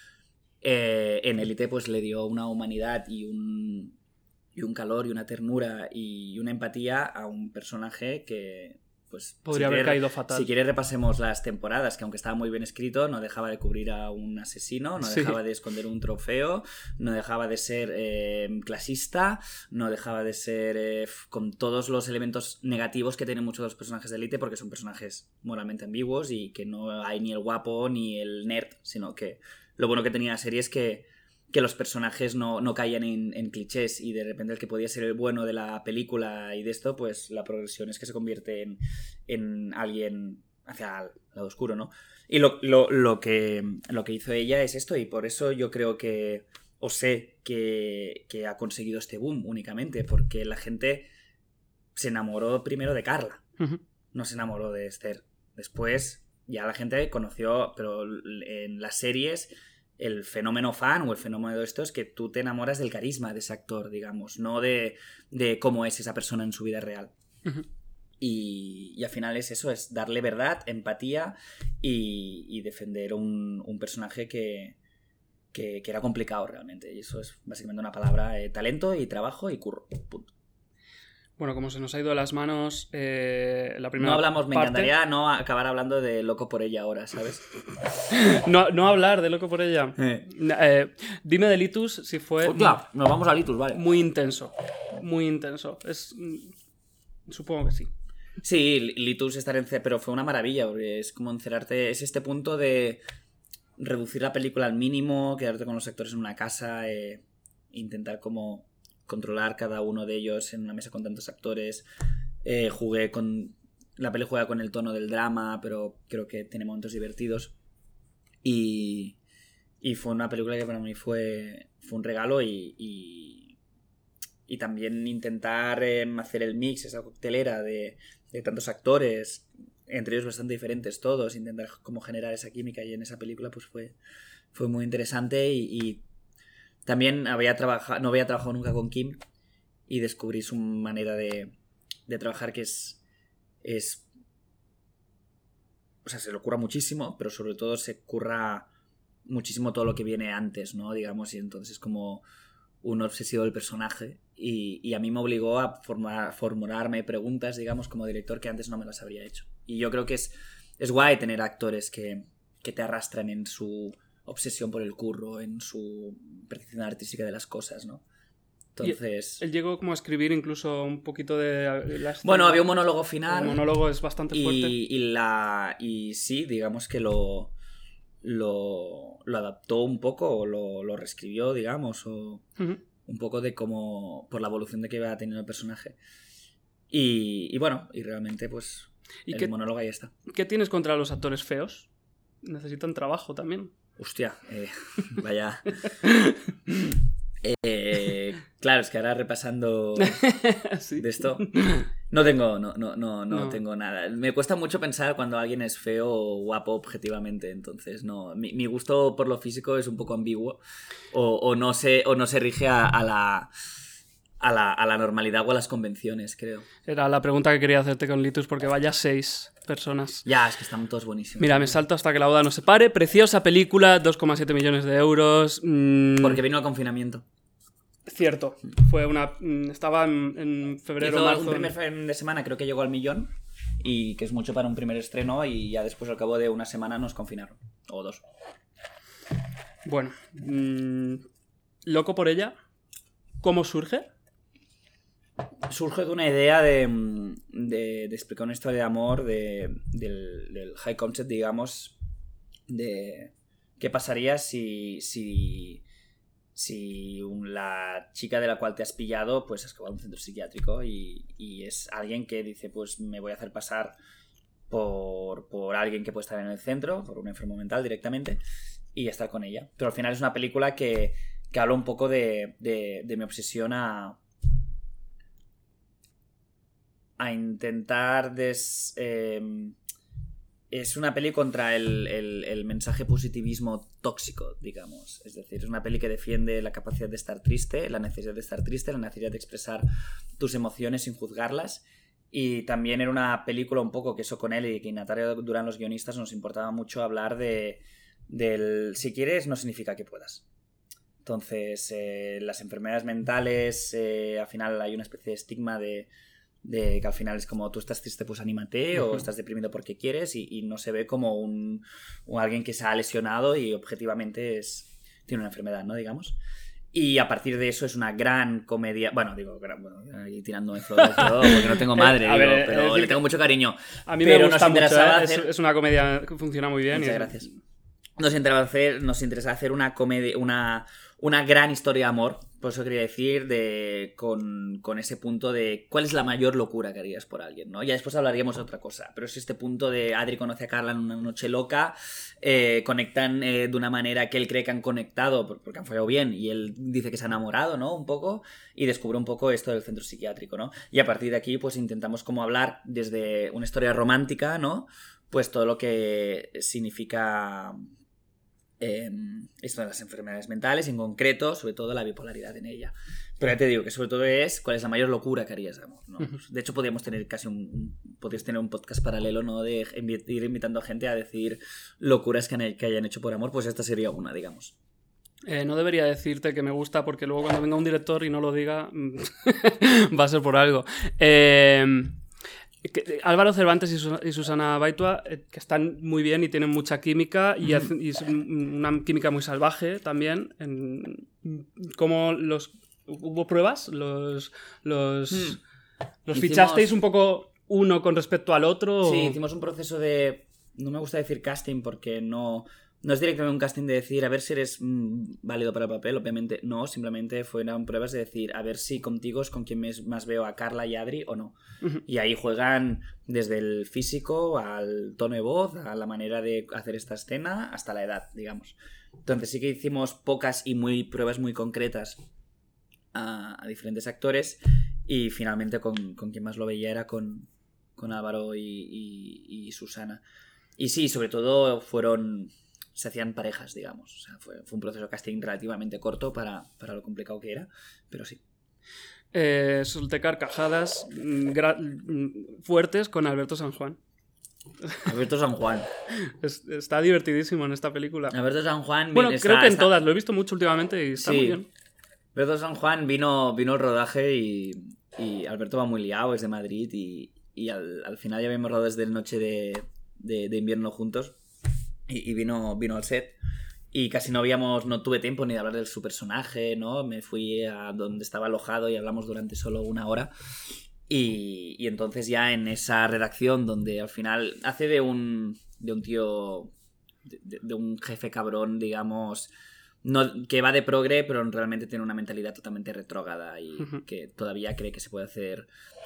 Speaker 2: En Élite pues le dio una humanidad y un calor y una ternura y una empatía a un personaje que pues
Speaker 1: podría haber caído fatal.
Speaker 2: Si quieres repasemos las temporadas, que aunque estaba muy bien escrito no dejaba de cubrir a un asesino, no dejaba de esconder un trofeo, no dejaba de ser clasista, no dejaba de ser con todos los elementos negativos que tienen muchos de los personajes de Élite, porque son personajes moralmente ambiguos y que no hay ni el guapo ni el nerd, sino que lo bueno que tenía la serie es que los personajes no caían en clichés y de repente el que podía ser el bueno de la película y de esto, pues la progresión es que se convierte en alguien hacia el lado oscuro, ¿no? Y lo que hizo ella es esto, y por eso yo creo que sé que ha conseguido este boom únicamente, porque la gente se enamoró primero de Carla, no se enamoró de Esther. Después ya la gente conoció, pero en las series... El fenómeno fan o el fenómeno de esto es que tú te enamoras del carisma de ese actor, digamos, no de cómo es esa persona en su vida real. Y al final es eso, es darle verdad, empatía y defender un personaje que era complicado realmente. Y eso es básicamente una palabra, talento y trabajo y curro. Punto.
Speaker 1: Bueno, como se nos ha ido de las manos la primera
Speaker 2: No hablamos, me
Speaker 1: parte...
Speaker 2: encantaría no acabar hablando de Loco por ella ahora, ¿sabes?
Speaker 1: no hablar de Loco por ella. Dime de Litus si fue...
Speaker 2: Pues claro, nos vamos a Litus, vale.
Speaker 1: Muy intenso. Muy intenso. Supongo que sí.
Speaker 2: Sí, Litus estar pero fue una maravilla, porque es como encerrarte... Es este punto de reducir la película al mínimo, quedarte con los actores en una casa, intentar como... controlar cada uno de ellos en una mesa con tantos actores. La peli juega con el tono del drama, pero creo que tiene momentos divertidos. Y fue una película que para mí fue un regalo y también intentar hacer el mix, esa coctelera de tantos actores, entre ellos bastante diferentes todos, intentar como generar esa química, y en esa película pues fue muy interesante y también no había trabajado nunca con Kim y descubrí su manera de trabajar, que es O sea, se lo curra muchísimo, pero sobre todo se curra muchísimo todo lo que viene antes, ¿no? Digamos, y entonces es como un obsesivo del personaje. Y a mí me obligó a formularme preguntas, digamos, como director que antes no me las habría hecho. Y yo creo que es guay tener actores que te arrastran en su obsesión por el curro, en su percepción artística de las cosas, ¿no? Entonces...
Speaker 1: Él llegó como a escribir incluso un poquito de la escena.
Speaker 2: Bueno, había un monólogo final.
Speaker 1: El monólogo es bastante fuerte.
Speaker 2: Y sí, digamos que lo adaptó un poco, o lo reescribió, digamos, o un poco de cómo, por la evolución de que iba teniendo el personaje. Y bueno, y realmente pues el monólogo ahí está.
Speaker 1: ¿Qué tienes contra los actores feos? Necesitan trabajo también.
Speaker 2: Hostia, vaya... claro, es que ahora repasando
Speaker 1: ¿Sí?
Speaker 2: de esto no tengo nada. Me cuesta mucho pensar cuando alguien es feo o guapo objetivamente, entonces no. Mi gusto por lo físico es un poco ambiguo o no se rige a la normalidad o a las convenciones, creo.
Speaker 1: Era la pregunta que quería hacerte con Litus, porque vaya 6 personas.
Speaker 2: Ya, es que están todos buenísimos.
Speaker 1: Mira, me salto hasta que la boda nos separe. Preciosa película, 2,7 millones de euros.
Speaker 2: Porque vino el confinamiento.
Speaker 1: Cierto. Fue una... Estaba en febrero,
Speaker 2: hizo
Speaker 1: marzo...
Speaker 2: un primer fin de semana, creo que llegó al 1.000.000, y que es mucho para un primer estreno, y ya después, al cabo de una semana, nos confinaron. O 2.
Speaker 1: Bueno. Loco por ella. ¿Cómo surge?
Speaker 2: Surge de una idea de explicar una historia de amor del high concept, digamos, de qué pasaría si la chica de la cual te has pillado pues has acabado en un centro psiquiátrico y es alguien que dice pues me voy a hacer pasar por alguien que puede estar en el centro, por un enfermo mental directamente, y estar con ella. Pero al final es una película que habla un poco de mi obsesión a intentar es una peli contra el mensaje positivismo tóxico, digamos. Es decir, es una peli que defiende la capacidad de estar triste, la necesidad de estar triste, la necesidad de expresar tus emociones sin juzgarlas. Y también era una película un poco que eso con él y que Natalia Durán, los guionistas, nos importaba mucho hablar del si quieres no significa que puedas. Entonces, las enfermedades mentales, al final hay una especie de estigma de que al final es como tú estás triste, pues anímate, o estás deprimido porque quieres, y no se ve como alguien que se ha lesionado y objetivamente tiene una enfermedad, ¿no? Digamos. Y a partir de eso es una gran comedia. Bueno, ahí tirándome flores yo, porque no tengo madre, pero le tengo mucho cariño.
Speaker 1: A mí me gusta mucho, es una comedia que funciona muy bien.
Speaker 2: Muchas gracias. Nos interesa hacer una comedia, una gran historia de amor, por eso quería decir, con ese punto de cuál es la mayor locura que harías por alguien, ¿no? Ya después hablaríamos de otra cosa, pero es este punto de Adri conoce a Carla en una noche loca, conectan de una manera que él cree que han conectado, porque han fallado bien, y él dice que se ha enamorado, ¿no? Un poco, y descubre un poco esto del centro psiquiátrico, ¿no? Y a partir de aquí, pues intentamos como hablar desde una historia romántica, ¿no? Pues todo lo que significa... esto de las enfermedades mentales, en concreto, sobre todo la bipolaridad en ella. Pero ya te digo que sobre todo es cuál es la mayor locura que harías de amor, ¿no? De hecho, podríamos tener podrías tener un podcast paralelo, ¿no? De ir invitando a gente a decir locuras que hayan hecho por amor, pues esta sería una, digamos.
Speaker 1: No debería decirte que me gusta, porque luego cuando venga un director y no lo diga, va a ser por algo. Álvaro Cervantes y Susana Baitua, que están muy bien y tienen mucha química, y es una química muy salvaje también. ¿Cómo hubo pruebas? ¿Los fichasteis un poco uno con respecto al otro?
Speaker 2: Sí, hicimos un proceso de... No me gusta decir casting porque no es directamente un casting de decir a ver si eres válido para el papel, obviamente no, simplemente fueron pruebas de decir a ver si contigo es con quien más veo a Carla y Adri o no. Y ahí juegan desde el físico al tono de voz, a la manera de hacer esta escena, hasta la edad, digamos. Entonces sí que hicimos pocas y pruebas muy concretas a diferentes actores, y finalmente con quien más lo veía era con Álvaro y Susana. Y sí, sobre todo se hacían parejas, digamos. O sea, fue un proceso de casting relativamente corto para lo complicado que era, pero sí.
Speaker 1: Solté carcajadas fuertes con Alberto San Juan.
Speaker 2: Alberto San Juan.
Speaker 1: Está divertidísimo en esta película.
Speaker 2: Alberto San Juan...
Speaker 1: Bueno, creo que en todas. Lo he visto mucho últimamente y está muy bien.
Speaker 2: Alberto San Juan vino el rodaje y Alberto va muy liado, es de Madrid y al final ya habíamos rodado desde la noche de invierno juntos y vino al set. Y casi no tuve tiempo ni de hablar de su personaje, ¿no? Me fui a donde estaba alojado y hablamos durante solo 1 hora. Y entonces ya en esa redacción donde al final hace de un tío, de un jefe cabrón, digamos, no, que va de progre, pero realmente tiene una mentalidad totalmente retrógrada y que todavía cree que se puede hacer...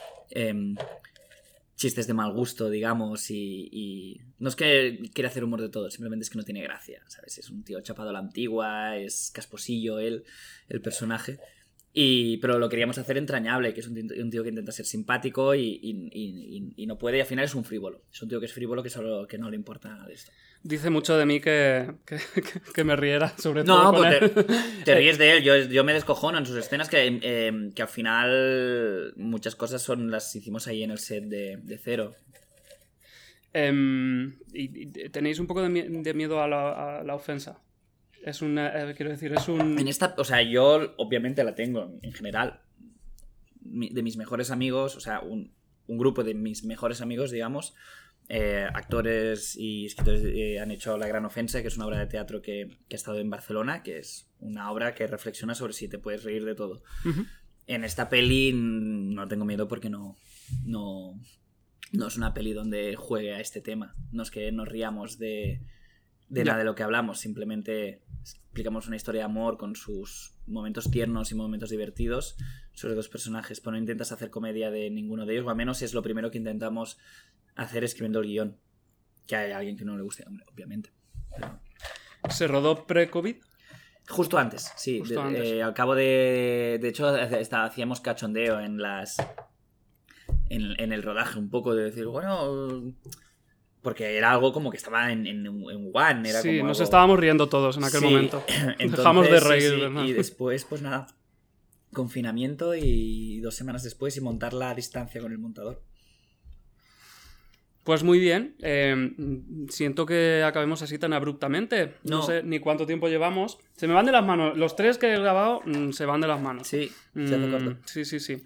Speaker 2: chistes de mal gusto, digamos, y no es que quiera hacer humor de todo, simplemente es que no tiene gracia, ¿sabes? Es un tío chapado a la antigua, es casposillo el personaje, pero lo queríamos hacer entrañable, que es un tío que intenta ser simpático y no puede, y al final es un frívolo. Es un tío que es frívolo que no le importa nada de esto.
Speaker 1: Dice mucho de mí que me riera, sobre todo.
Speaker 2: No,
Speaker 1: con
Speaker 2: pues
Speaker 1: él.
Speaker 2: te ríes de él. Yo me descojono en sus escenas que al final muchas cosas las hicimos ahí en el set de cero.
Speaker 1: ¿Y tenéis un poco de miedo a la ofensa? Quiero decir, es un...
Speaker 2: En esta, o sea, yo obviamente la tengo en general. De mis mejores amigos, o sea, un grupo de mis mejores amigos, digamos... actores y escritores han hecho La Gran Ofensa, que es una obra de teatro que ha estado en Barcelona, que es una obra que reflexiona sobre si te puedes reír de todo. En esta peli no tengo miedo porque no es una peli donde juegue a este tema. No es que nos riamos de nada de lo que hablamos, simplemente explicamos una historia de amor con sus momentos tiernos y momentos divertidos sobre 2 personajes, pero no intentas hacer comedia de ninguno de ellos, o al menos es lo primero que intentamos hacer escribiendo el guión. Que hay alguien que no le guste, hombre, obviamente. Pero...
Speaker 1: ¿Se rodó pre-COVID?
Speaker 2: Justo antes, sí.
Speaker 1: Justo antes.
Speaker 2: Al cabo de hecho, hacíamos cachondeo en el rodaje un poco, de decir, bueno... Porque era algo como que estaba en One. Era
Speaker 1: sí,
Speaker 2: como
Speaker 1: nos
Speaker 2: algo...
Speaker 1: estábamos riendo todos en aquel momento.
Speaker 2: Entonces,
Speaker 1: dejamos de reír,
Speaker 2: sí.
Speaker 1: ¿verdad?
Speaker 2: Y después, pues nada, confinamiento y 2 semanas después y montarla a distancia con el montador.
Speaker 1: Pues muy bien. Siento que acabemos así tan abruptamente. No sé ni cuánto tiempo llevamos. Se me van de las manos. Los 3 que he grabado se van de las manos.
Speaker 2: Sí, se hace corto.
Speaker 1: Sí.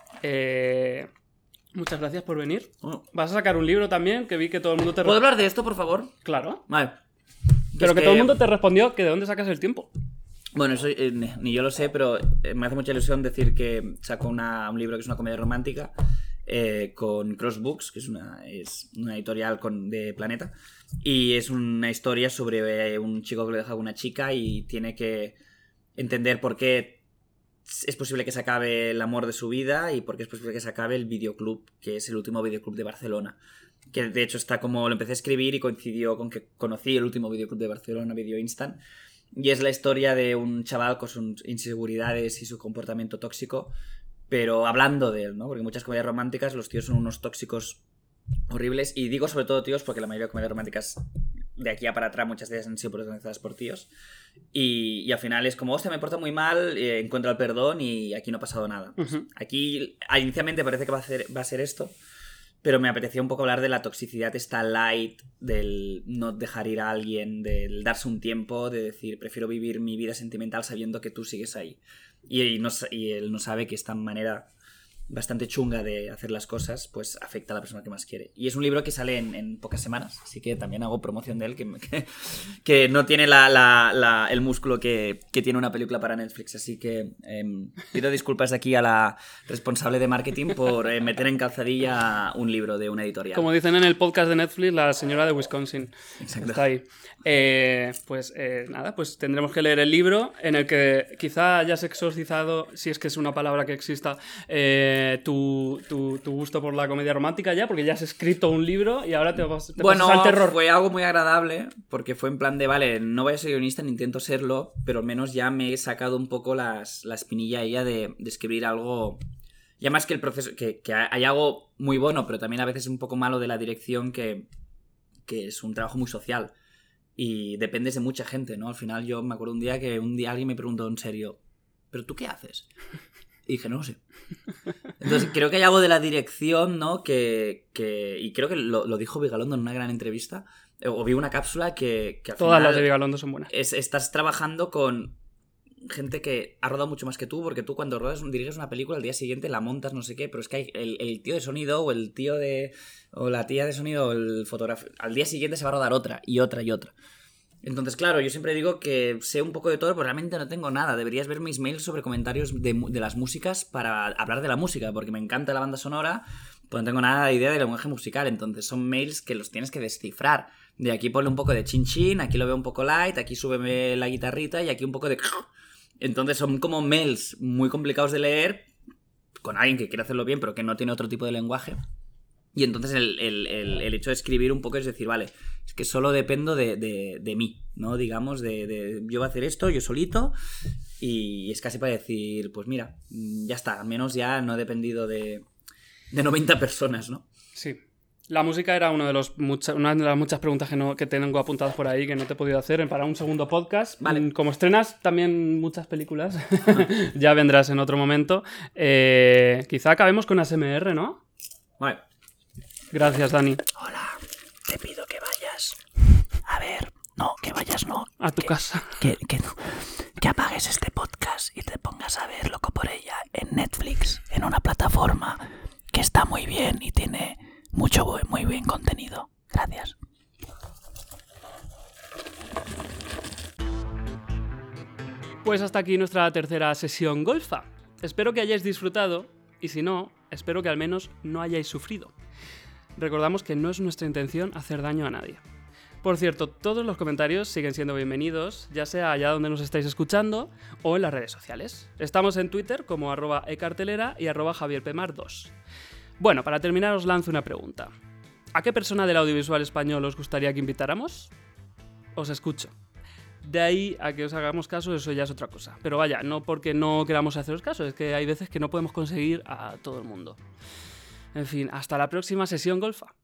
Speaker 1: Muchas gracias por venir.
Speaker 2: Oh.
Speaker 1: ¿Vas a sacar un libro también? Que vi que todo el mundo te...
Speaker 2: ¿Puedo hablar de esto, por favor?
Speaker 1: Claro.
Speaker 2: Vale.
Speaker 1: Pero que todo el mundo te respondió que de dónde sacas el tiempo.
Speaker 2: Bueno, eso ni yo lo sé, pero me hace mucha ilusión decir que saco un libro que es una comedia romántica con Crossbooks, que es una editorial de Planeta, y es una historia sobre un chico que le deja a una chica y tiene que entender por qué es posible que se acabe el amor de su vida y por qué es posible que se acabe el videoclub, que es el último videoclub de Barcelona. Que de hecho está como... Lo empecé a escribir y coincidió con que conocí el último videoclub de Barcelona, Video Instant. Y es la historia de un chaval con sus inseguridades y su comportamiento tóxico, pero hablando de él, ¿no? Porque muchas comedias románticas los tíos son unos tóxicos horribles. Y digo sobre todo tíos porque la mayoría de comedias románticas de aquí a para atrás muchas veces han sido protagonizadas por tíos. Y al final es como, hostia, me porto muy mal, encuentro el perdón y aquí no ha pasado nada. Pues aquí inicialmente parece que va a ser esto, pero me apetecía un poco hablar de la toxicidad esta light, del no dejar ir a alguien, del darse un tiempo, de decir, prefiero vivir mi vida sentimental sabiendo que tú sigues ahí. Y él no sabe que esta manera bastante chunga de hacer las cosas, pues afecta a la persona que más quiere. Y es un libro que sale en pocas semanas, así que también hago promoción de él, que no tiene el músculo que tiene una película para Netflix, así que pido disculpas aquí a la responsable de marketing por meter en calzadilla un libro de una editorial.
Speaker 1: Como dicen en el podcast de Netflix, la señora de Wisconsin.
Speaker 2: Exacto.
Speaker 1: Está ahí. Nada, pues tendremos que leer el libro en el que quizá hayas exorcizado, si es que es una palabra que exista, tu gusto por la comedia romántica ya, porque ya has escrito un libro y ahora te pasas al terror.
Speaker 2: Fue algo muy agradable porque fue en plan de, vale, no voy a ser guionista ni intento serlo, pero al menos ya me he sacado un poco la espinilla ella de escribir algo. Ya más que el proceso, que hay algo muy bueno, pero también a veces un poco malo de la dirección, que es un trabajo muy social y dependes de mucha gente, ¿no? Al final yo me acuerdo un día alguien me preguntó en serio, ¿pero tú qué haces? Y dije, no lo sé. Entonces, creo que hay algo de la dirección, ¿no? Y creo que lo dijo Vigalondo en una gran entrevista. O vi una cápsula que al
Speaker 1: Todas
Speaker 2: final
Speaker 1: las de Vigalondo son buenas.
Speaker 2: estás trabajando con gente que ha rodado mucho más que tú, porque tú cuando diriges una película al día siguiente la montas, no sé qué, pero es que hay el tío de sonido o el tío o la tía de sonido o el fotógrafo, al día siguiente se va a rodar otra y otra y otra. Entonces, claro, yo siempre digo que sé un poco de todo, pero realmente no tengo nada. Deberías ver mis mails sobre comentarios de las músicas para hablar de la música, porque me encanta la banda sonora, pues no tengo nada de idea del lenguaje musical. Entonces son mails que los tienes que descifrar. De aquí ponle un poco de chin chin, aquí lo veo un poco light, aquí súbeme la guitarrita y aquí un poco de... Entonces son como mails muy complicados de leer con alguien que quiere hacerlo bien, pero que no tiene otro tipo de lenguaje. Y entonces el hecho de escribir un poco es decir, vale, es que solo dependo de mí, ¿no? Digamos, yo voy a hacer esto, yo solito, y es casi para decir, pues mira, ya está, al menos ya no he dependido de 90 personas, ¿no?
Speaker 1: Sí. La música era una de las muchas preguntas que tengo apuntadas por ahí que no te he podido hacer para un segundo podcast.
Speaker 2: Vale.
Speaker 1: Como estrenas también muchas películas, ya vendrás en otro momento. Quizá acabemos con ASMR, ¿no?
Speaker 2: Vale.
Speaker 1: Gracias, Dani.
Speaker 2: Hola, te pido que vayas. A ver, no, que vayas no.
Speaker 1: A tu casa.
Speaker 2: Que apagues este podcast y te pongas a ver Loco por ella en Netflix, en una plataforma que está muy bien y tiene muy buen contenido. Gracias.
Speaker 1: Pues hasta aquí nuestra tercera sesión golfa. Espero que hayáis disfrutado y si no, espero que al menos no hayáis sufrido. Recordamos que no es nuestra intención hacer daño a nadie. Por cierto, todos los comentarios siguen siendo bienvenidos, ya sea allá donde nos estáis escuchando o en las redes sociales. Estamos en Twitter como @ecartelera y @javierpemar2. Bueno, para terminar os lanzo una pregunta. ¿A qué persona del audiovisual español os gustaría que invitáramos? Os escucho. De ahí a que os hagamos caso, eso ya es otra cosa. Pero vaya, no porque no queramos haceros caso, es que hay veces que no podemos conseguir a todo el mundo. En fin, hasta la próxima sesión golfa.